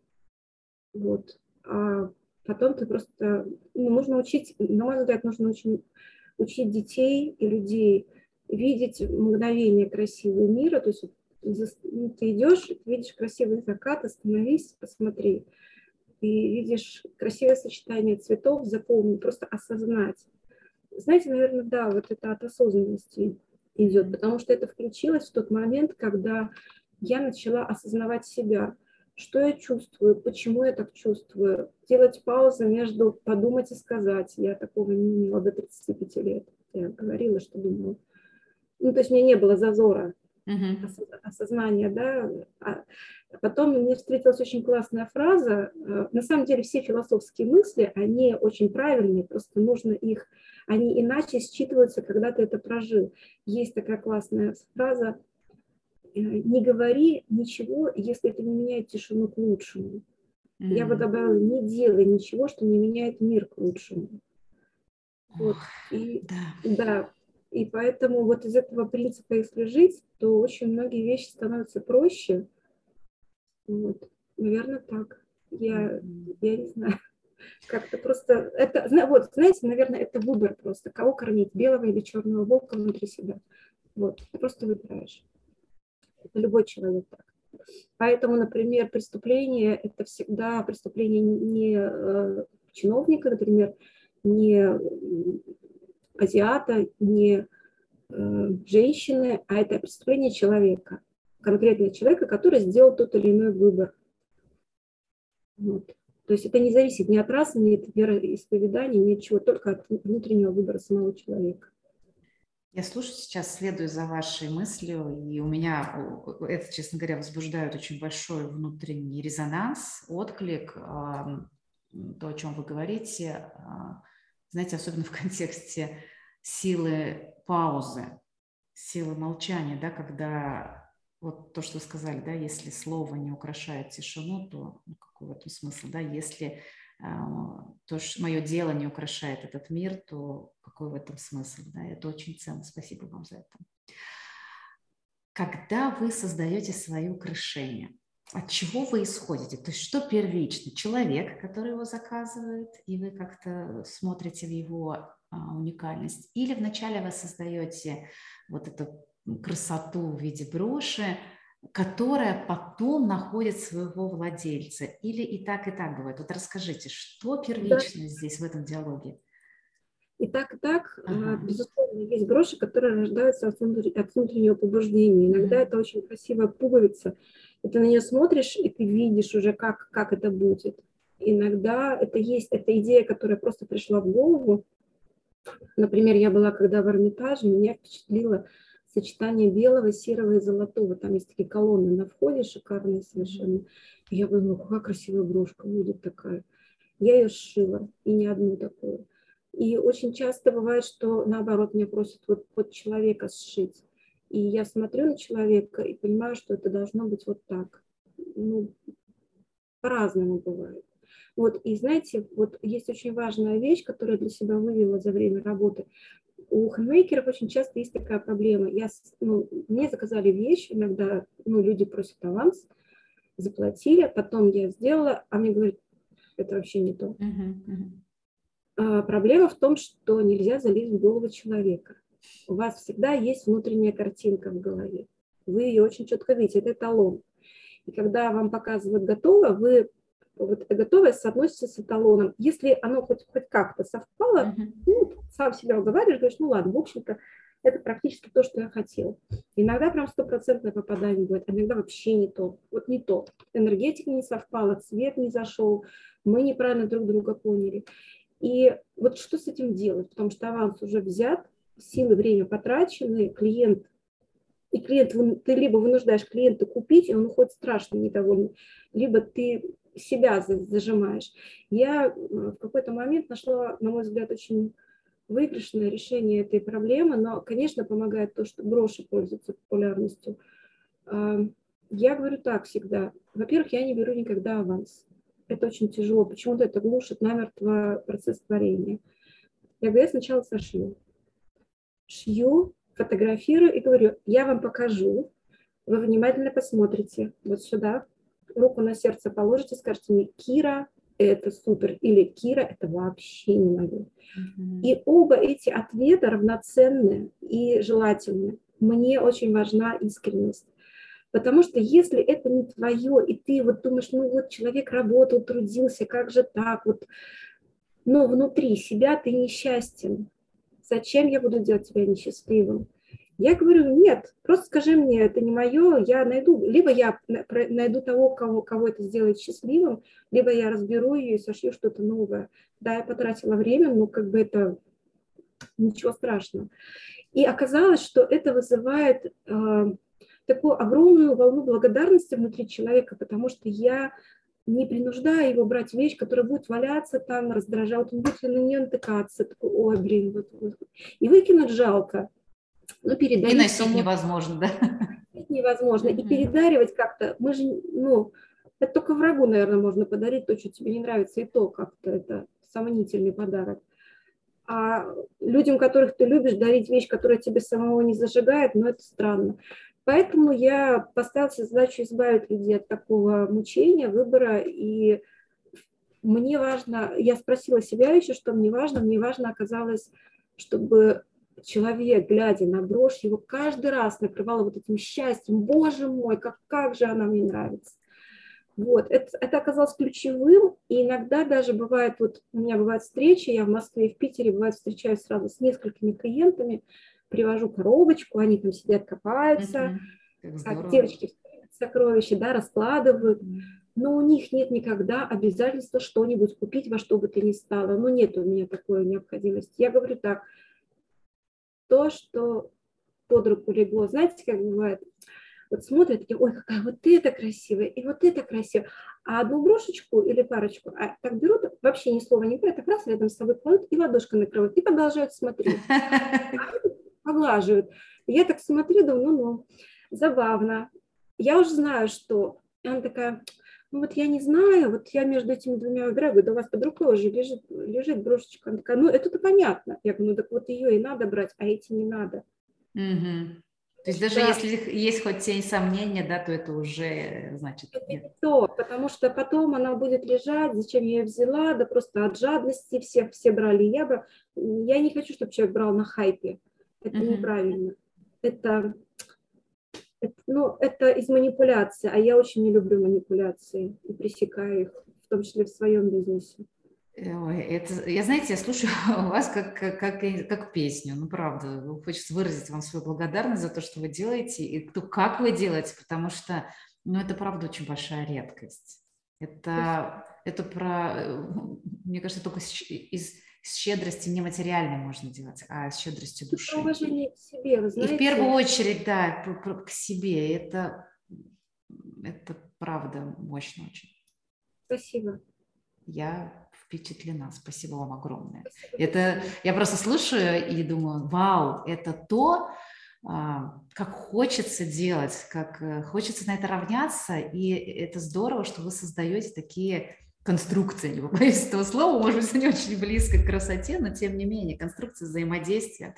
Вот. А потом ты просто... Ну, нужно учить, на мой взгляд, нужно учить, учить детей и людей видеть мгновение красивого мира. То есть ты идешь, видишь красивый закат, остановись, посмотри. и видишь красивое сочетание цветов, запомни, просто осознать. Знаете, наверное, да, вот это от осознанности идет, потому что это включилось в тот момент, когда я начала осознавать себя, что я чувствую, почему я так чувствую, делать паузы между подумать и сказать. Я такого не имела до тридцати пяти лет. Я говорила, что думала. Ну, то есть у меня не было зазора, Mm-hmm. осознания, да. А потом мне встретилась очень классная фраза. На самом деле все философские мысли, они очень правильные, просто нужно их, они иначе считываются, когда ты это прожил. Есть такая классная фраза: не говори ничего, если это не меняет тишину к лучшему. Mm-hmm. Я бы добавила: не делай ничего, что не меняет мир к лучшему. Вот. И, да. да. И поэтому вот из этого принципа, если жить, то очень многие вещи становятся проще. Вот. Наверное, так. Я, mm-hmm. я не знаю. Как-то просто... Это, вот, знаете, наверное, это выбор просто. Кого кормить, белого или черного волка внутри себя. Вот. Ты просто выбираешь. Это любой человек так. Поэтому, например, преступление – это всегда преступление не э, чиновника, например, не азиата, не э, женщины, а это преступление человека, конкретного человека, который сделал тот или иной выбор. Вот. То есть это не зависит ни от расы, ни от вероисповедания, ни от чего, только от внутреннего выбора самого человека. Я слушаю сейчас, следую за вашей мыслью, и у меня это, честно говоря, возбуждает очень большой внутренний резонанс, отклик, то, о чем вы говорите, знаете, особенно в контексте силы паузы, силы молчания, да, когда вот то, что вы сказали, да, если слово не украшает тишину, то ну, какой в этом смысл, да, если то, что мое дело не украшает этот мир, то какой в этом смысл? Да? Это очень ценно. Спасибо вам за это. Когда вы создаете свое украшение, от чего вы исходите? То есть что первично? Человек, который его заказывает, и вы как-то смотрите в его а, уникальность? Или вначале вы создаете вот эту красоту в виде броши, которая потом находит своего владельца? Или и так, и так бывает? Вот расскажите, что первично да. здесь в этом диалоге? И так, и так, ага. безусловно, есть броши, которые рождаются от внутреннего побуждения. Иногда mm-hmm. это очень красивая пуговица, и ты на нее смотришь, и ты видишь уже, как, как это будет. Иногда это есть, это идея, которая просто пришла в голову. Например, я была когда в Эрмитаже, меня впечатлило сочетание белого, серого и золотого. Там есть такие колонны на входе, шикарные совершенно. И я думала, какая красивая брошка будет такая. Я ее сшила, и не одну такую. И очень часто бывает, что наоборот меня просят вот под человека сшить. И я смотрю на человека и понимаю, что это должно быть вот так. Ну, по-разному бывает. Вот, и знаете, вот есть очень важная вещь, которую я для себя вывела за время работы. У хендмейкеров очень часто есть такая проблема. Я, ну, мне заказали вещь, иногда ну, люди просят аванс, заплатили, потом я сделала, а мне говорят, это вообще не то. Uh-huh, uh-huh. А, проблема в том, что нельзя залезть в голову человека. У вас всегда есть внутренняя картинка в голове. Вы ее очень четко видите, это эталон. И когда вам показывают готово, вы вот это готовое соотносится с эталоном. Если оно хоть, хоть как-то совпало, uh-huh. ну, сам себя уговариваешь, говоришь, ну ладно, в общем-то, это практически то, что я хотел. Иногда прям стопроцентное попадание будет, а иногда вообще не то. Вот не то. Энергетика не совпала, цвет не зашел, мы неправильно друг друга поняли. И вот что с этим делать? Потому что аванс уже взят, силы, время потрачены, клиент, и клиент, ты либо вынуждаешь клиента купить, и он уходит страшно недовольный, либо ты себя зажимаешь. Я в какой-то момент нашла, на мой взгляд, очень выигрышное решение этой проблемы, но, конечно, помогает то, что броши пользуются популярностью. Я говорю так всегда. Во-первых, я не беру никогда аванс. Это очень тяжело. Почему-то это глушит намертво процесс творения. Я говорю, я сначала сошью. Шью, фотографирую и говорю, я вам покажу. Вы внимательно посмотрите вот сюда, руку на сердце положите, скажете мне, Кира, это супер, или Кира, это вообще не мое. Mm-hmm. И оба эти ответа равноценны и желательны. Мне очень важна искренность. Потому что если это не твое, и ты вот думаешь, ну вот человек работал, трудился, как же так, вот, но внутри себя ты несчастен. Зачем я буду делать тебя несчастливым? Я говорю, нет, просто скажи мне, это не мое, я найду, либо я найду того, кого, кого это сделает счастливым, либо я разберу ее и сошью что-то новое. Да, я потратила время, но как бы это ничего страшного. И оказалось, что это вызывает э, такую огромную волну благодарности внутри человека, потому что я не принуждаю его брать вещь, которая будет валяться там, раздражать, он будет на нее натыкаться, такой, ой, блин, вот, вот. И выкинуть жалко. Ну, И передарить носить кому-то невозможно, да? невозможно. И Мгм. передаривать как-то, мы же, ну, это только врагу, наверное, можно подарить то, что тебе не нравится, и то как-то это сомнительный подарок. А людям, которых ты любишь, дарить вещь, которая тебе самого не зажигает, ну, это странно. Поэтому я поставила себе задачу избавить людей от такого мучения, выбора, и мне важно, я спросила себя еще, что мне важно, мне важно оказалось, чтобы человек, глядя на брошь, его каждый раз накрывало вот этим счастьем, боже мой, как, как же она мне нравится. Вот, это, это оказалось ключевым, и иногда даже бывает, вот у меня бывают встречи, я в Москве и в Питере, бывает, встречаюсь сразу с несколькими клиентами, привожу коробочку, они там сидят, копаются, Мгм. Как как здорово. девочки сокровища, да, раскладывают, Мгм. но у них нет никогда обязательства что-нибудь купить во что бы то ни стало, ну нет у меня такой необходимости. Я говорю так, то, что под руку легло, знаете, как бывает, вот смотрят, такие, ой, какая вот это красивая, и вот это красиво. А одну брошечку или парочку а так берут, вообще ни слова не говорят, так раз рядом с собой кладут и ладошкой накрывают, и продолжают смотреть. Поглаживают. Я так смотрю, думаю, ну-ну, забавно. Я уже знаю, что... И она такая, ну вот я не знаю, вот я между этими двумя играю, говорю, да у вас под рукой уже лежит, лежит брошечка. Она такая, ну это-то понятно. Я говорю, ну так вот ее и надо брать, а эти не надо. Мгм. То есть даже Да, если есть хоть тень сомнения, да, то это уже, значит, это нет. не то, потому что потом она будет лежать, зачем я ее взяла, да просто от жадности все, все брали. Я бы, я не хочу, чтобы человек брал на хайпе. Это Мгм. неправильно. Это, это, ну, это из манипуляции, а я очень не люблю манипуляции и пресекаю их, в том числе в своем бизнесе. Ой, это, я, знаете, я слушаю вас как, как, как, и- как песню, ну, правда, ну, хочется выразить вам свою благодарность за то, что вы делаете, и то, как вы делаете, потому что, ну, это, правда, очень большая редкость. Спасибо. Это, это про, э, мне кажется, только с, щ- из с щедрости нематериальной можно делать, а с щедростью Это про души. уважение к себе, вы И в первую знаете. очередь, да, про- про- к себе, это, это правда мощно очень. Спасибо. Я впечатлена. Спасибо вам огромное. Спасибо Это большое. я просто слушаю и думаю, вау, это то, а, как хочется делать, как э, хочется на это равняться, и это здорово, что вы создаете такие конструкции, не побоюсь этого слова, может быть, не очень близко к красоте, но тем не менее, конструкции взаимодействия.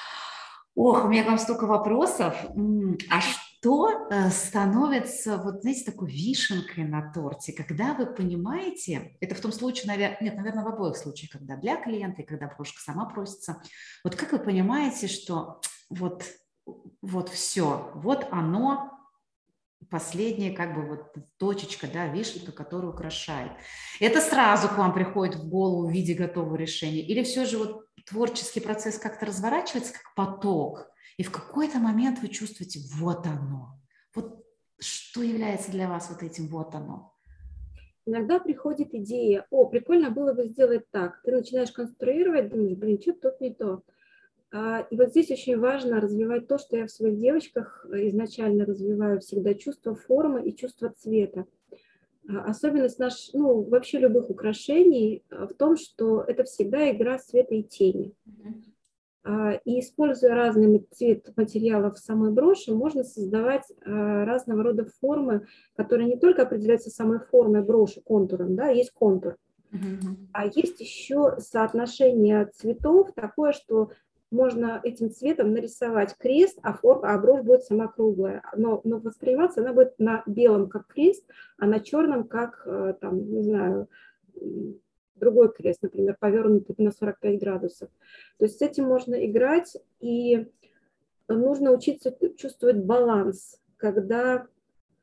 Ох, у меня к вам столько вопросов. М, А что э, становится, вот знаете, такой вишенкой на торте, когда вы понимаете, это в том случае, наверное, нет, наверное, в обоих случаях, когда для клиента и когда брошка сама просится, вот как вы понимаете, что вот, вот все, вот оно, последняя как бы вот точечка, да, вишенка, которая украшает. Это сразу к вам приходит в голову в виде готового решения? Или все же вот творческий процесс как-то разворачивается как поток, и в какой-то момент вы чувствуете, вот оно. Вот что является для вас вот этим вот оно? Иногда приходит идея, о, прикольно было бы сделать так. Ты начинаешь конструировать, думаешь, блин, что-то тут не то. А, И вот здесь очень важно развивать то, что я в своих девочках э, изначально развиваю всегда, чувство формы и чувство цвета. А, Особенность наш, ну, вообще любых украшений а, в том, что это всегда игра света и тени. Мгм. А, И используя разные цвет материалов в самой броши, можно создавать а, разного рода формы, которые не только определяются самой формой броши, контуром, да, есть контур, Мгм. а есть еще соотношение цветов такое, что можно этим цветом нарисовать крест, а, форма, а брошь будет сама круглая. Но, но восприниматься она будет на белом как крест, а на черном как, э, там, не знаю, м, другой крест, например, повернутый на сорок пять градусов. То есть с этим можно играть, и нужно учиться чувствовать баланс, когда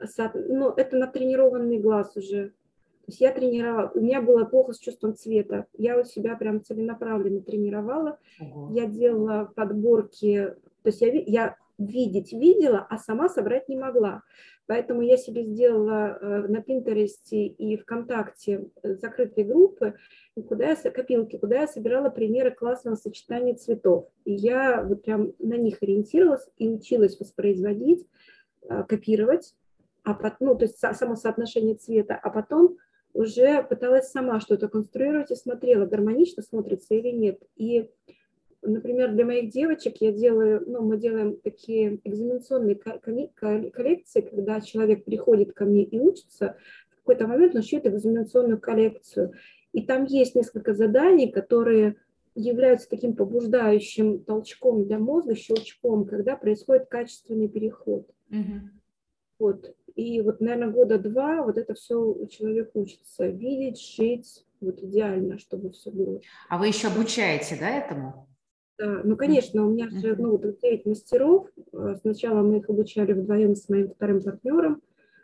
ну, это натренированный глаз уже. То есть я тренировала, у меня было плохо с чувством цвета. Я у себя прям целенаправленно тренировала. Ого. Я делала подборки, то есть я, я видеть видела, а сама собрать не могла. Поэтому я себе сделала на Пинтересте и ВКонтакте закрытые группы, куда я, копилки, куда я собирала примеры классного сочетания цветов. И я вот прям на них ориентировалась и училась воспроизводить, копировать, а потом, ну, то есть само соотношение цвета, а потом уже пыталась сама что-то конструировать и смотрела, гармонично смотрится или нет. И, например, для моих девочек я делаю, ну, мы делаем такие экзаменационные коллекции, когда человек приходит ко мне и учится, в какой-то момент он шьет экзаменационную коллекцию. И там есть несколько заданий, которые являются таким побуждающим толчком для мозга, щелчком, когда происходит качественный переход. Угу. Вот. И вот, наверное, года два вот это все человек учится видеть, шить, вот идеально, чтобы все было. А вы еще обучаете, да, этому? Да, ну, конечно, у меня же, ну, вот девять мастеров. Сначала мы их обучали вдвоем с моим вторым партнером,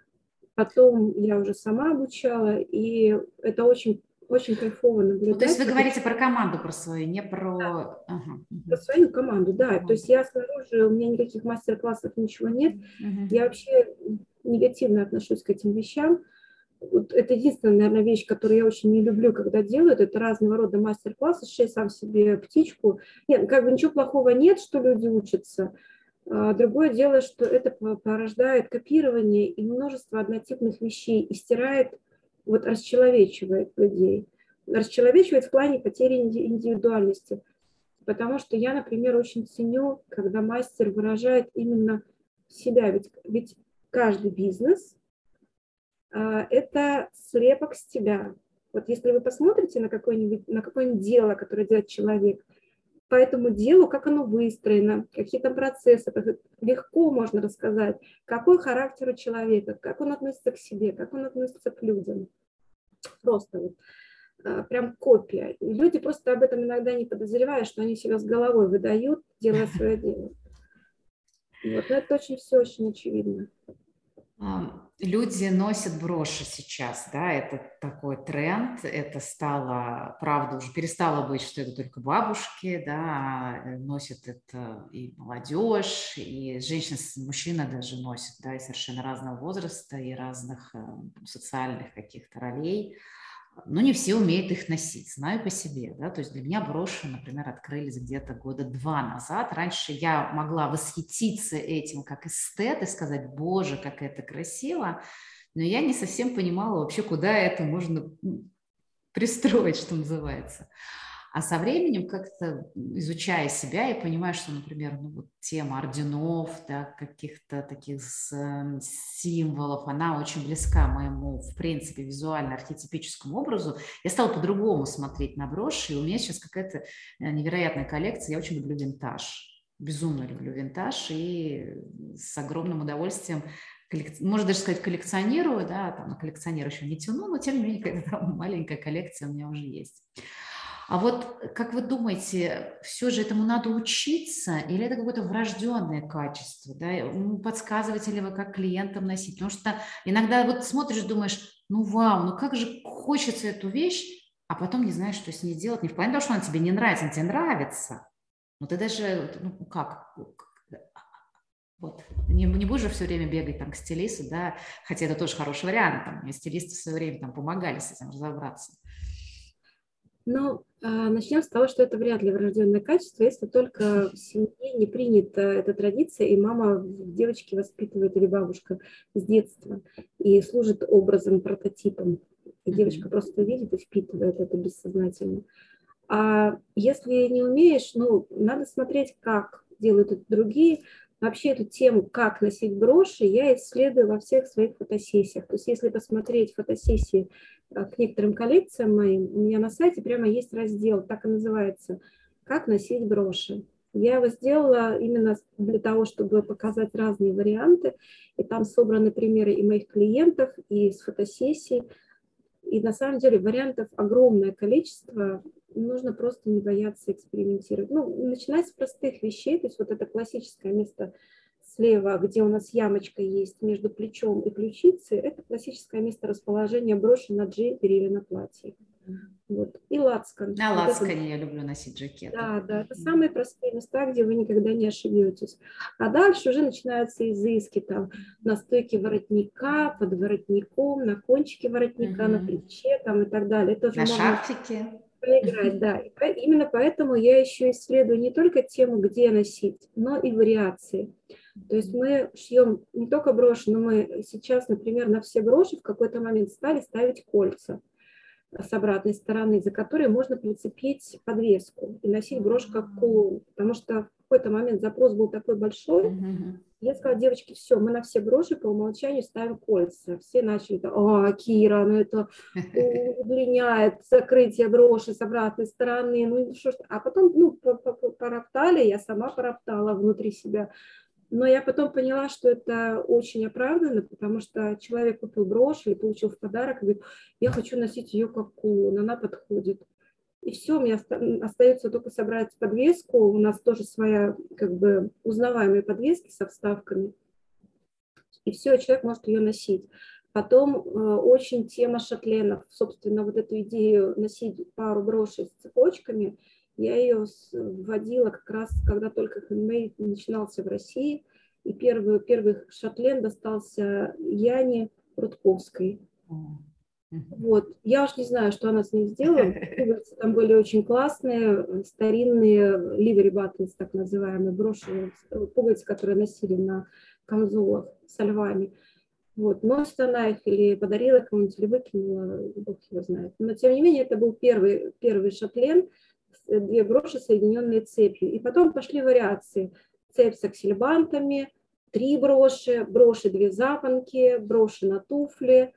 потом я уже сама обучала, и это очень, очень кайфово наблюдать. Ну, то есть вы говорите про команду, про свою, не про... Да. Ага. Про свою команду, да. Команду. То есть я снаружи, у меня никаких мастер-классов, ничего нет. Угу. Я вообще негативно отношусь к этим вещам. Вот это единственная, наверное, вещь, которую я очень не люблю, когда делают, это разного рода мастер-классы, шей сам себе птичку. Нет, как бы ничего плохого нет, что люди учатся. А другое дело, что это порождает копирование и множество однотипных вещей и стирает, вот расчеловечивает людей. Расчеловечивает в плане потери индивидуальности. Потому что я, например, очень ценю, когда мастер выражает именно себя. Ведь, ведь каждый бизнес а, – это слепок с тебя. Вот если вы посмотрите на какое-нибудь, на какое-нибудь дело, которое делает человек, по этому делу, как оно выстроено, какие там процессы, легко можно рассказать, какой характер у человека, как он относится к себе, как он относится к людям. Просто вот. Прям копия. И люди просто об этом иногда не подозревают, что они себя с головой выдают, делая свое дело. Вот, но это очень все очень очевидно. Люди носят броши сейчас, да, это такой тренд, это стало, правда, уже перестало быть, что это только бабушки, да, носят это и молодежь, и женщины, мужчины даже носят, да, и совершенно разного возраста, и разных социальных каких-то ролей. Но не все умеют их носить, знаю по себе, да, то есть для меня броши, например, открылись где-то года два назад. Раньше я могла восхититься этим как эстет и сказать, боже, как это красиво, но я не совсем понимала вообще, куда это можно пристроить, что называется. А со временем, как-то изучая себя, я понимаю, что, например, ну, вот тема орденов, да, каких-то таких символов, она очень близка моему, в принципе, визуально-архетипическому образу. Я стала по-другому смотреть на броши, и у меня сейчас какая-то невероятная коллекция. Я очень люблю винтаж, безумно люблю винтаж, и с огромным удовольствием, можно даже сказать, коллекционирую, да, там на коллекционер еще не тяну, но тем не менее, какая-то маленькая коллекция у меня уже есть. А вот, как вы думаете, все же этому надо учиться, или это какое-то врожденное качество? Да? Подсказываете ли вы, как клиентам носить? Потому что иногда вот смотришь, думаешь, ну вау, ну как же хочется эту вещь, а потом не знаешь, что с ней делать. Не в плане того, что она тебе не нравится, она тебе нравится. Но ты даже, ну как, вот. Не, не будешь же все время бегать там к стилисту, да, хотя это тоже хороший вариант, там, мне стилисты все время там помогали с этим разобраться. Ну, начнем с того, что это вряд ли врожденное качество, если только в семье не принята эта традиция, и мама девочки воспитывает, или бабушка с детства, и служит образом, прототипом. И девочка mm-hmm. просто видит и впитывает это бессознательно. А если не умеешь, ну, надо смотреть, как делают это другие. Вообще эту тему, как носить броши, я исследую во всех своих фотосессиях. То есть если посмотреть фотосессии к некоторым коллекциям моим, у меня на сайте прямо есть раздел, так и называется, «Как носить броши». Я его сделала именно для того, чтобы показать разные варианты. И там собраны примеры и моих клиентов, и с фотосессий. И на самом деле вариантов огромное количество. Нужно просто не бояться экспериментировать. Ну, начинать с простых вещей, то есть вот это классическое место слева, где у нас ямочка есть между плечом и ключицей, это классическое место расположения броши на джемпере или на платье. Вот. И лацкан. На Вот лацкане это, я люблю носить жакеты. да, да, это самые простые места, где вы никогда не ошибетесь. А дальше уже начинаются изыски там на стойке воротника, под воротником, на кончике воротника, Угу. на плече там и так далее. Это уже На можно шарфике. поиграть, да. И по- именно поэтому я еще исследую не только тему, где носить, но и вариации. То есть мы шьем не только броши, но мы сейчас, например, на все броши в какой-то момент стали ставить кольца с обратной стороны, за которые можно прицепить подвеску и носить брошь как кулон. Потому что в какой-то момент запрос был такой большой, Угу. я сказала: девочки, все, мы на все броши по умолчанию ставим кольца. Все начали: а, Кира, ну это удлиняет закрытие броши с обратной стороны. Ну что ж. А потом, ну, пороптали, я сама пороптала внутри себя. Но я потом поняла, что это очень оправданно, потому что человек купил брошь или получил в подарок и говорит: я хочу носить ее как кулон, она подходит. И все, мне остается только собрать подвеску. У нас тоже своя, как бы, узнаваемые подвески со вставками. И все, человек может ее носить. Потом э, очень тема шатленов. Собственно, вот эту идею носить пару брошей с цепочками, я ее вводила как раз, когда только хендмейд начинался в России. И первый, первый шатлен достался Яне Рудковской. Вот. Я уж не знаю, что она с ним сделала. Пуговицы там были очень классные, старинные ливери баттонс, так называемые, броши, пуговицы, которые носили на камзолах со львами. Вот. Носит она их или подарила кому-нибудь, или выкинула, бог его знает. Но, тем не менее, это был первый, первый шатлен, две броши, соединенные цепью. И потом пошли вариации. Цепь с аксельбантами, три броши, броши две запонки, броши на туфли,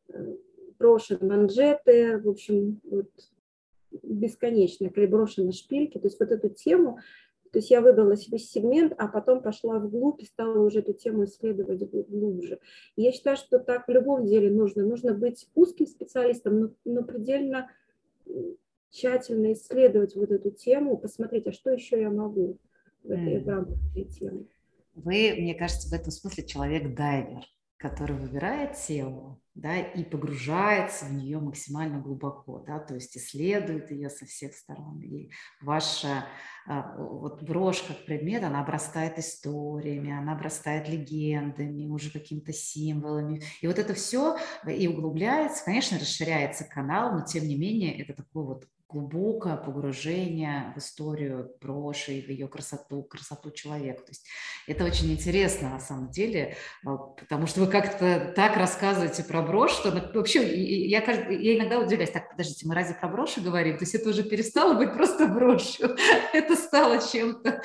броши манжеты, в общем, вот, бесконечно, броши на шпильки. То есть вот эту тему, то есть я выбрала себе сегмент, а потом пошла вглубь и стала уже эту тему исследовать глубже. И я считаю, что так в любом деле нужно. Нужно быть узким специалистом, но, но предельно тщательно исследовать вот эту тему, посмотреть, а что еще я могу в этой в рамках этой темы. Вы, мне кажется, в этом смысле человек-дайвер, который выбирает тему, да, и погружается в нее максимально глубоко, да, то есть исследует ее со всех сторон. И ваша вот брошь как предмет, она обрастает историями, она обрастает легендами, уже какими-то символами. И вот это все и углубляется, конечно, расширяется канал, но тем не менее это такой вот глубокое погружение в историю броши, в ее красоту, красоту человека. То есть это очень интересно на самом деле, потому что вы как-то так рассказываете про брошь, что вообще я, я иногда удивляюсь: так, подождите, мы разве про броши говорим? То есть это уже перестало быть просто брошью, это стало чем-то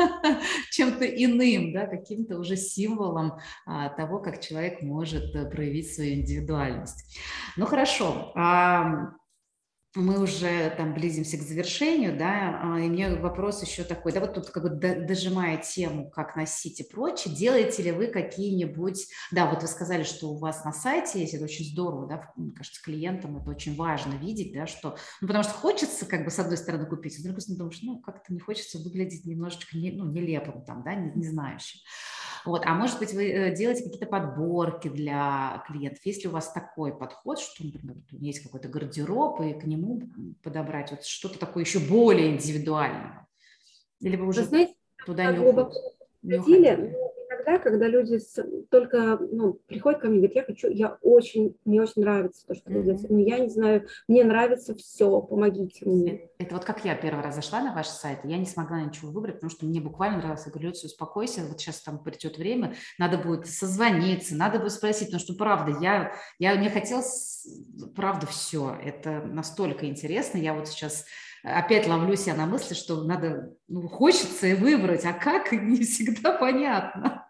чем-то иным, да, каким-то уже символом а, того, как человек может проявить свою индивидуальность. Ну хорошо. А, мы уже там близимся к завершению, да, и мне вопрос еще такой, да, вот тут как бы дожимая тему, как носить и прочее, делаете ли вы какие-нибудь, да, вот вы сказали, что у вас на сайте есть, это очень здорово, да, мне кажется, клиентам это очень важно видеть, да, что, ну, потому что хочется как бы с одной стороны купить, а с другой стороны думаешь, ну, как-то не хочется выглядеть немножечко, не, ну, нелепым там, да, не, не знающим. Вот. А может быть, вы делаете какие-то подборки для клиентов? Есть ли у вас такой подход, что, например, есть какой-то гардероб, и к нему подобрать вот что-то такое еще более индивидуальное? Или вы уже вы знаете, туда не уходите? Не уходили? Иногда, когда люди только ну, приходят ко мне и говорят: я хочу, я очень, мне очень нравится то, что вы делаете, но я не знаю, мне нравится все, помогите мне. Это, это вот как я первый раз зашла на ваш сайт, я не смогла ничего выбрать, потому что мне буквально нравилось. Я говорю: Люция, успокойся, вот сейчас там придет время, надо будет созвониться, надо будет спросить, потому что, правда, я, я не хотела, правда, все, это настолько интересно, я вот сейчас опять ловлю себя на мысли, что надо, ну, хочется и выбрать, а как, не всегда понятно.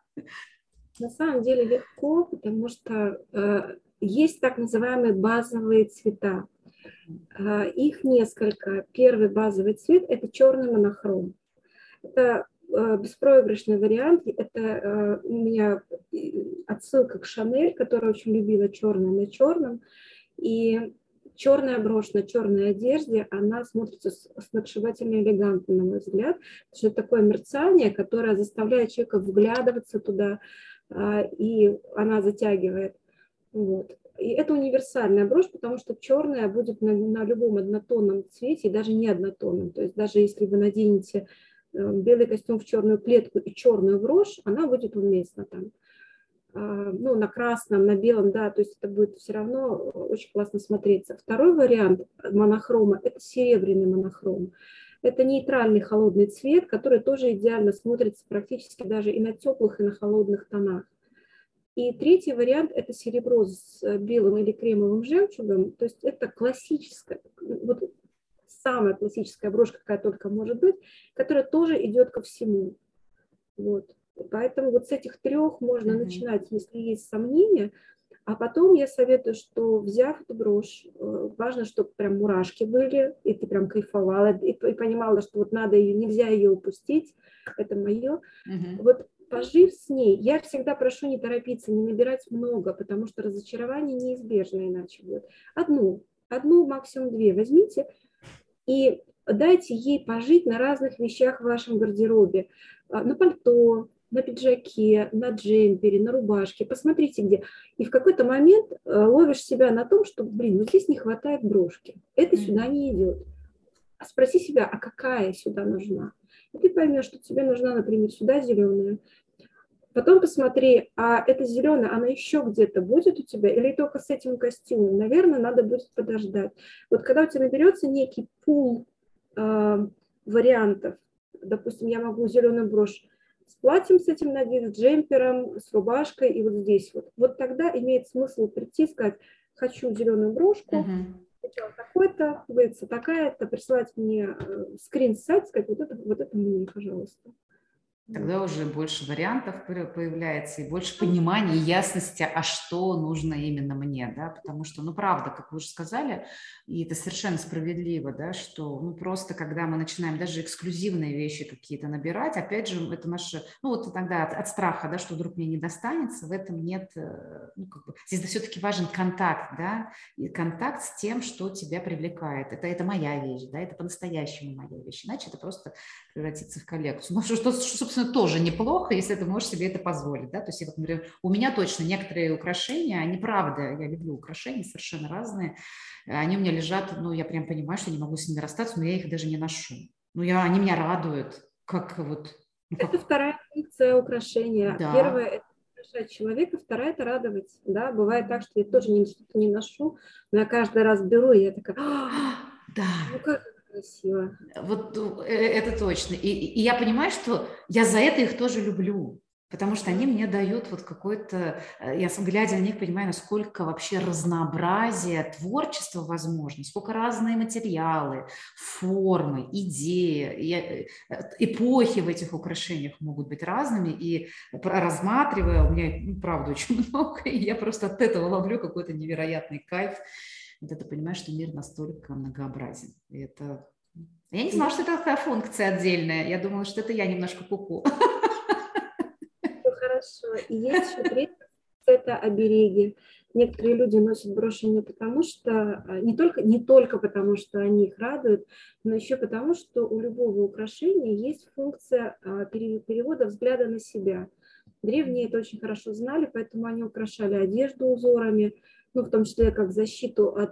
На самом деле легко, потому что э, есть так называемые базовые цвета. Э, их несколько. Первый базовый цвет – это черный монохром. Это э, беспроигрышный вариант. Это э, у меня отсылка к Шанель, которая очень любила черное на черном. И черная брошь на черной одежде, она смотрится сногсшибательно элегантно, на мой взгляд, потому что это такое мерцание, которое заставляет человека вглядываться туда, и она затягивает. Вот. И это универсальная брошь, потому что черная будет на, на любом однотонном цвете, и даже не однотонном. То есть даже если вы наденете белый костюм в черную клетку и черную брошь, она будет уместна там. Ну, на красном, на белом, да, то есть это будет все равно очень классно смотреться. Второй вариант монохрома – это серебряный монохром. Это нейтральный холодный цвет, который тоже идеально смотрится практически даже и на теплых, и на холодных тонах. И третий вариант – это серебро с белым или кремовым жемчугом, то есть это классическая, вот самая классическая брошь, какая только может быть, которая тоже идет ко всему. Вот. Поэтому вот с этих трех можно mm-hmm. начинать, если есть сомнения, а потом я советую, что взяв эту брошь, важно, чтобы прям мурашки были, и ты прям кайфовала, и, и понимала, что вот надо ее, нельзя ее упустить, это мое. Mm-hmm. Вот пожив с ней, я всегда прошу не торопиться, не набирать много, потому что разочарование неизбежно иначе будет. Одну, одну, максимум две возьмите и дайте ей пожить на разных вещах в вашем гардеробе, на пальто, на пиджаке, на джемпере, на рубашке, посмотрите где. И в какой-то момент ловишь себя на том, что, блин, ну здесь не хватает брошки, это mm-hmm. сюда не идет. Спроси себя, а какая сюда нужна? И ты поймешь, что тебе нужна, например, сюда зеленая. Потом посмотри, а эта зеленая, она еще где-то будет у тебя или только с этим костюмом? Наверное, надо будет подождать. Вот когда у тебя наберется некий пул э, вариантов, допустим, я могу зеленую брошь с платьем с этим надеть, с джемпером, с рубашкой и вот здесь вот. Вот тогда имеет смысл прийти и сказать, хочу зеленую брошку, uh-huh. такой-то, выйдется такая-то, присылать мне скрин-сайт, сказать, вот это, вот это мне, пожалуйста. Тогда уже больше вариантов появляется и больше понимания и ясности, а что нужно именно мне, да, потому что, ну, правда, как вы уже сказали, и это совершенно справедливо, да, что, ну, просто когда мы начинаем даже эксклюзивные вещи какие-то набирать, опять же, это наше, ну, вот тогда от, от страха, да, что вдруг мне не достанется, в этом нет, ну, как бы, здесь все-таки важен контакт, да, и контакт с тем, что тебя привлекает, это, это моя вещь, да, это по-настоящему моя вещь, иначе это просто превратится в коллекцию, ну, что, что, собственно, тоже неплохо, если ты можешь себе это позволить, да, то есть, вот, например, у меня точно некоторые украшения, они, правда, я люблю украшения совершенно разные, они у меня лежат, ну, я прям понимаю, что не могу с ними расстаться, но я их даже не ношу, ну, я, они меня радуют, как вот... Ну, как... Это вторая функция украшения, да. Первая – это украшать человека, вторая – это радовать, да, бывает так, что я тоже не, что-то не ношу, но я каждый раз беру, и я такая, да. Ну, как красиво. Вот это точно. И, и я понимаю, что я за это их тоже люблю, потому что они мне дают вот какой-то... Я, глядя на них, понимаю, насколько вообще разнообразие творчества возможно, сколько разные материалы, формы, идеи, эпохи в этих украшениях могут быть разными. И рассматривая, у меня, ну, правда, очень много, и я просто от этого ловлю какой-то невероятный кайф. Вот это понимаешь, что мир настолько многообразен. И это... Я не знала, что это такая функция отдельная. Я думала, что это я немножко куку. Хорошо. И есть еще третья функция, это обереги. Некоторые люди носят броши не потому, что... Не только, не только потому, что они их радуют, но еще потому, что у любого украшения есть функция перевода взгляда на себя. Древние это очень хорошо знали, поэтому они украшали одежду узорами, ну, в том числе как защиту от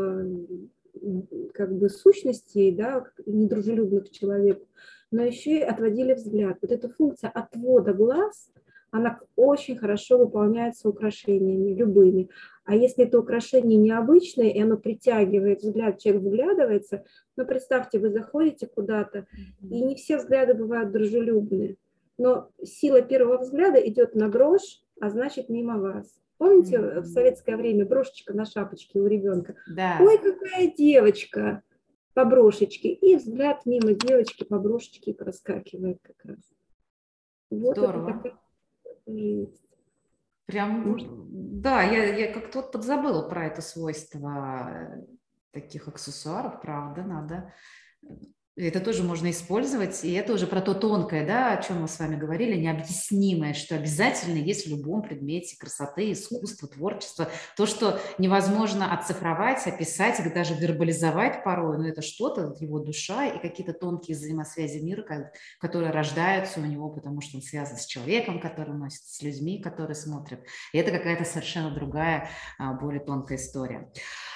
как бы сущностей, да, недружелюбных к человеку, но еще и отводили взгляд. Вот эта функция отвода глаз, она очень хорошо выполняется украшениями, любыми. А если это украшение необычное, и оно притягивает взгляд, человек вглядывается, ну, представьте, вы заходите куда-то, и не все взгляды бывают дружелюбные, но сила первого взгляда идет на брошь, а значит, мимо вас. Помните, mm-hmm. в советское время брошечка на шапочке у ребенка? Да. Ой, какая девочка по брошечке. И взгляд мимо девочки по брошечке проскакивает как раз. Вот здорово. Это такая жизнь. Прям, Может... да, я, я как-то вот подзабыла про это свойство таких аксессуаров, правда, надо Это тоже можно использовать, и это уже про то тонкое, да, о чем мы с вами говорили, необъяснимое, что обязательно есть в любом предмете красоты, искусства, творчества. То, что невозможно оцифровать, описать, и даже вербализовать порой, но это что-то, его душа и какие-то тонкие взаимосвязи мира, которые рождаются у него, потому что он связан с человеком, который носит, с людьми, которые смотрят. И это какая-то совершенно другая, более тонкая история.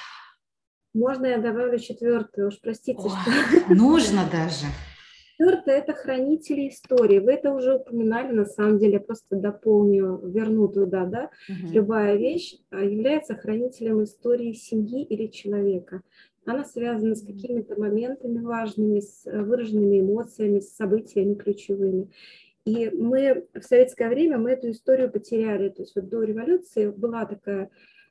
Можно я добавлю четвертую? Уж простите, Ой, что... нужно даже. Четвертое – это хранители истории. Вы это уже упоминали, на самом деле, я просто дополню, верну туда, да. Угу. Любая вещь является хранителем истории семьи или человека. Она связана с какими-то моментами важными, с выраженными эмоциями, с событиями ключевыми. И мы в советское время мы эту историю потеряли. То есть вот до революции была такая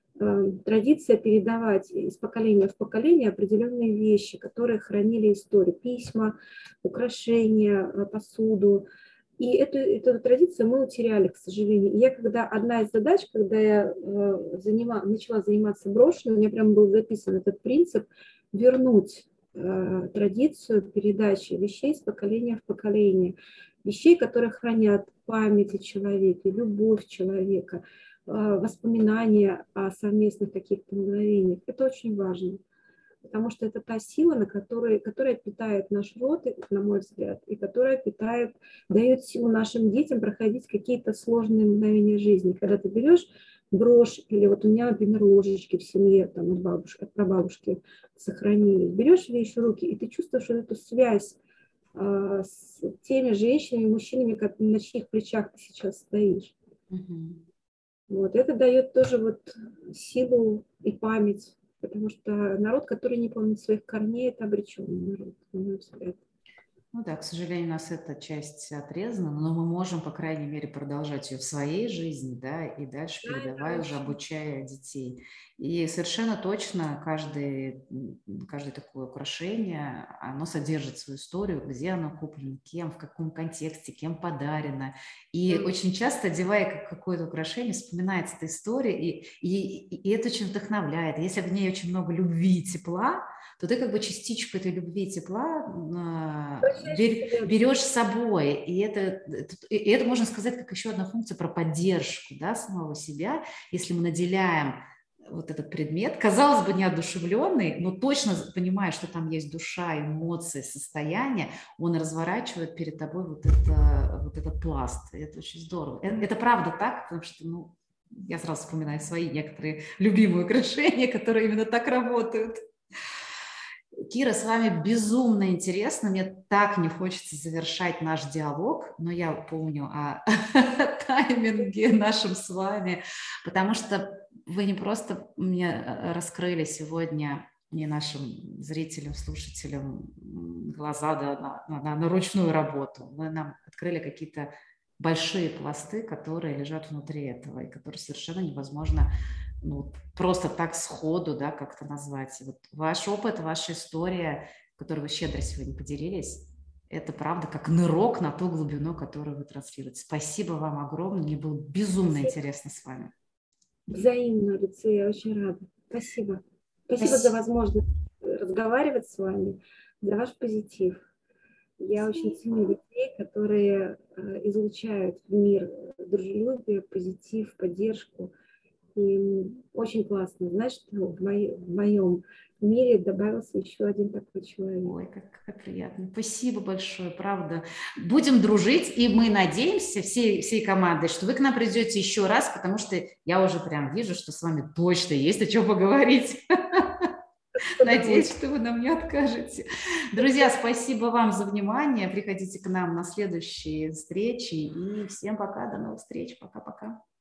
традиция передавать из поколения в поколение определенные вещи, которые хранили историю, письма, украшения, посуду. И эту, эту традицию мы утеряли, к сожалению. И я когда одна из задач, когда я занима, начала заниматься брошью, у меня прямо был записан этот принцип вернуть э, традицию передачи вещей с поколения в поколение, вещей, которые хранят память о человеке, любовь человека, воспоминания о совместных каких-то мгновениях. Это очень важно, потому что это та сила, на которой, которая питает наш род, на мой взгляд, и которая питает, дает силу нашим детям проходить какие-то сложные мгновения жизни. Когда ты берешь брошь, или вот у меня, например, ложечки в семье, там, от бабушки, от прабабушки сохранились, берешь вещь в руки, и ты чувствуешь эту связь э, с теми женщинами, мужчинами, на чьих плечах ты сейчас стоишь. Угу. Вот, это дает тоже вот силу и память, потому что народ, который не помнит своих корней, это обреченный народ, на мой взгляд. Ну да, к сожалению, у нас эта часть отрезана, но мы можем, по крайней мере, продолжать ее в своей жизни, да, и дальше Да, передавая, уже обучая детей. И совершенно точно каждый, каждое такое украшение, оно содержит свою историю, где оно куплено, кем, в каком контексте, кем подарено. И да. Очень часто, одевая какое-то украшение, вспоминается эта история, и, и, и это очень вдохновляет. Если в ней очень много любви и тепла, то ты как бы частичку этой любви и тепла берешь с собой. И это, и это, можно сказать, как еще одна функция про поддержку, да, самого себя. Если мы наделяем вот этот предмет, казалось бы, неодушевленный, но точно понимая, что там есть душа, эмоции, состояние, он разворачивает перед тобой вот, это, вот этот пласт. И это очень здорово. Это, это правда так, потому что, ну, я сразу вспоминаю свои некоторые любимые украшения, которые именно так работают. Кира, с вами безумно интересно. Мне так не хочется завершать наш диалог, но я помню о тайминге нашем с вами, потому что вы не просто мне раскрыли сегодня, не нашим зрителям, слушателям глаза да, на, на, на ручную работу. Вы нам открыли какие-то большие пласты, которые лежат внутри этого, и которые совершенно невозможно ну, просто так сходу, да, как-то назвать. Вот ваш опыт, ваша история, которой вы щедро сегодня поделились, это правда как нырок на ту глубину, которую вы транслируете. Спасибо вам огромное, мне было безумно Спасибо. Интересно с вами. Взаимно, Люция, я очень рада. Спасибо. Спасибо, Спасибо. за возможность разговаривать с вами, за ваш позитив. Я очень ценю людей, которые излучают в мир дружелюбие, позитив, поддержку. И очень классно. Знаешь, что в, моей, в моем мире добавился еще один такой человек. Ой, как, как приятно. Спасибо большое, правда. Будем дружить, и мы надеемся всей, всей командой, что вы к нам придете еще раз, потому что я уже прям вижу, что с вами точно есть о чем поговорить. Надеюсь, что вы нам не откажете. Друзья, спасибо вам за внимание. Приходите к нам на следующие встречи. И всем пока, до новых встреч. Пока-пока.